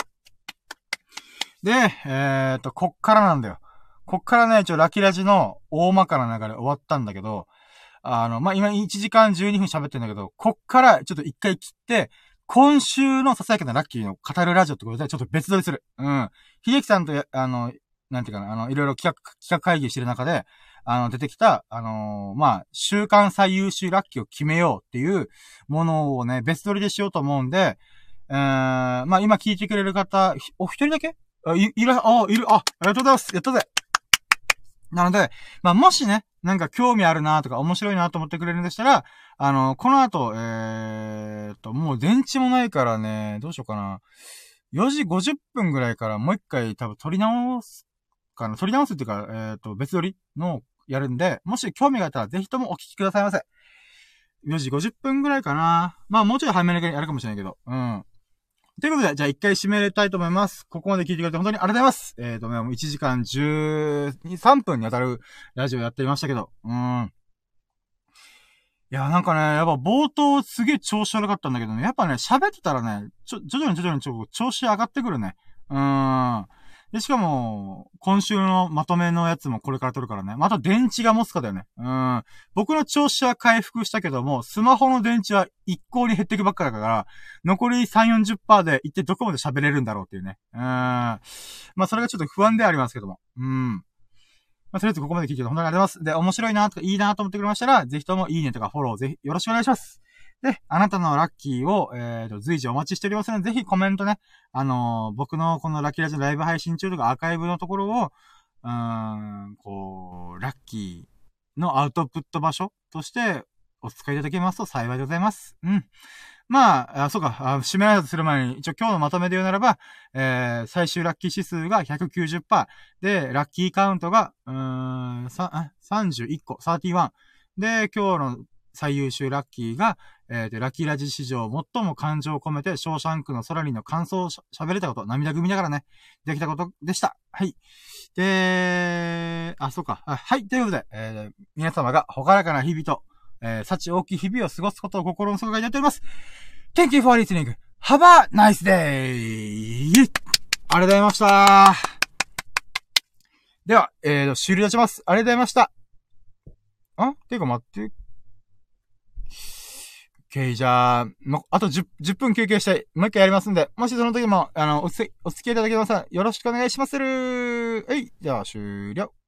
で、こっからなんだよ。こっからね、ラキラジの大まかな流れ終わったんだけど、まあ今1時間12分喋ってんだけど、こっからちょっと一回切って、今週のささやかなラッキーの語るラジオってことで、ちょっと別撮りする。秀樹さんと、なんていうかな、いろいろ企画会議してる中で、出てきた、まあ、週間最優秀ラッキーを決めようっていうものをね、別撮りでしようと思うんで、まあ、今聞いてくれる方、お一人だけいる、ありがとうございます。やったぜ。なので、まあ、もしね、なんか興味あるなとか面白いなと思ってくれるんでしたら、この後、もう電池もないからね、どうしようかな。4時50分ぐらいからもう一回多分撮り直すっていうか、別撮りのやるんで、もし興味があったらぜひともお聞きくださいませ。4時50分ぐらいかな。まあ、もうちょい早めにやるかもしれないけど、ということで、じゃあ一回締めたいと思います。ここまで聞いてくれて本当にありがとうございます。もう1時間13分にわたるラジオやってみましたけど、いや、なんかね、やっぱ冒頭すげえ調子悪かったんだけどね、やっぱね、喋ってたらね、徐々に調子上がってくるね。で、しかも、今週のまとめのやつもこれから撮るからね。また電池が持つかだよね。僕の調子は回復したけども、スマホの電池は一向に減っていくばっかだから、残り3、40%で一体どこまで喋れるんだろうっていうね。まあ、それがちょっと不安ではありますけども。まあ、とりあえずここまで聞いて本当にありがとうございます。で、面白いなとかいいなと思ってくれましたら、ぜひともいいねとかフォローぜひよろしくお願いします。で、あなたのラッキーを、随時お待ちしておりますので、ぜひコメントね、僕のこのラッキーラジオライブ配信中とかアーカイブのところを、ラッキーのアウトプット場所としてお使いいただけますと幸いでございます。まあ、そうか、締め挨拶する前に、一応今日のまとめで言うならば、最終ラッキー指数が 190%、で、ラッキーカウントが、31個、31。で、今日の最優秀ラッキーが、 ラッキーラジ史上最も感情を込めて、ショーシャンクの空にの感想を喋れたこと、涙ぐみながらね、できたことでした。はい。で、そうか。はい。ということで、皆様がほからかな日々と、幸大きい日々を過ごすことを心の底から祈っております。Thank you for listening. Have a nice day! ありがとうございました。では、終了します。ありがとうございました。ていうか待って。OK、じゃあ、あと10分休憩して、もう一回やりますんで、もしその時も、お付き合いいただけますら、よろしくお願いしまする。はい、じゃあ終了。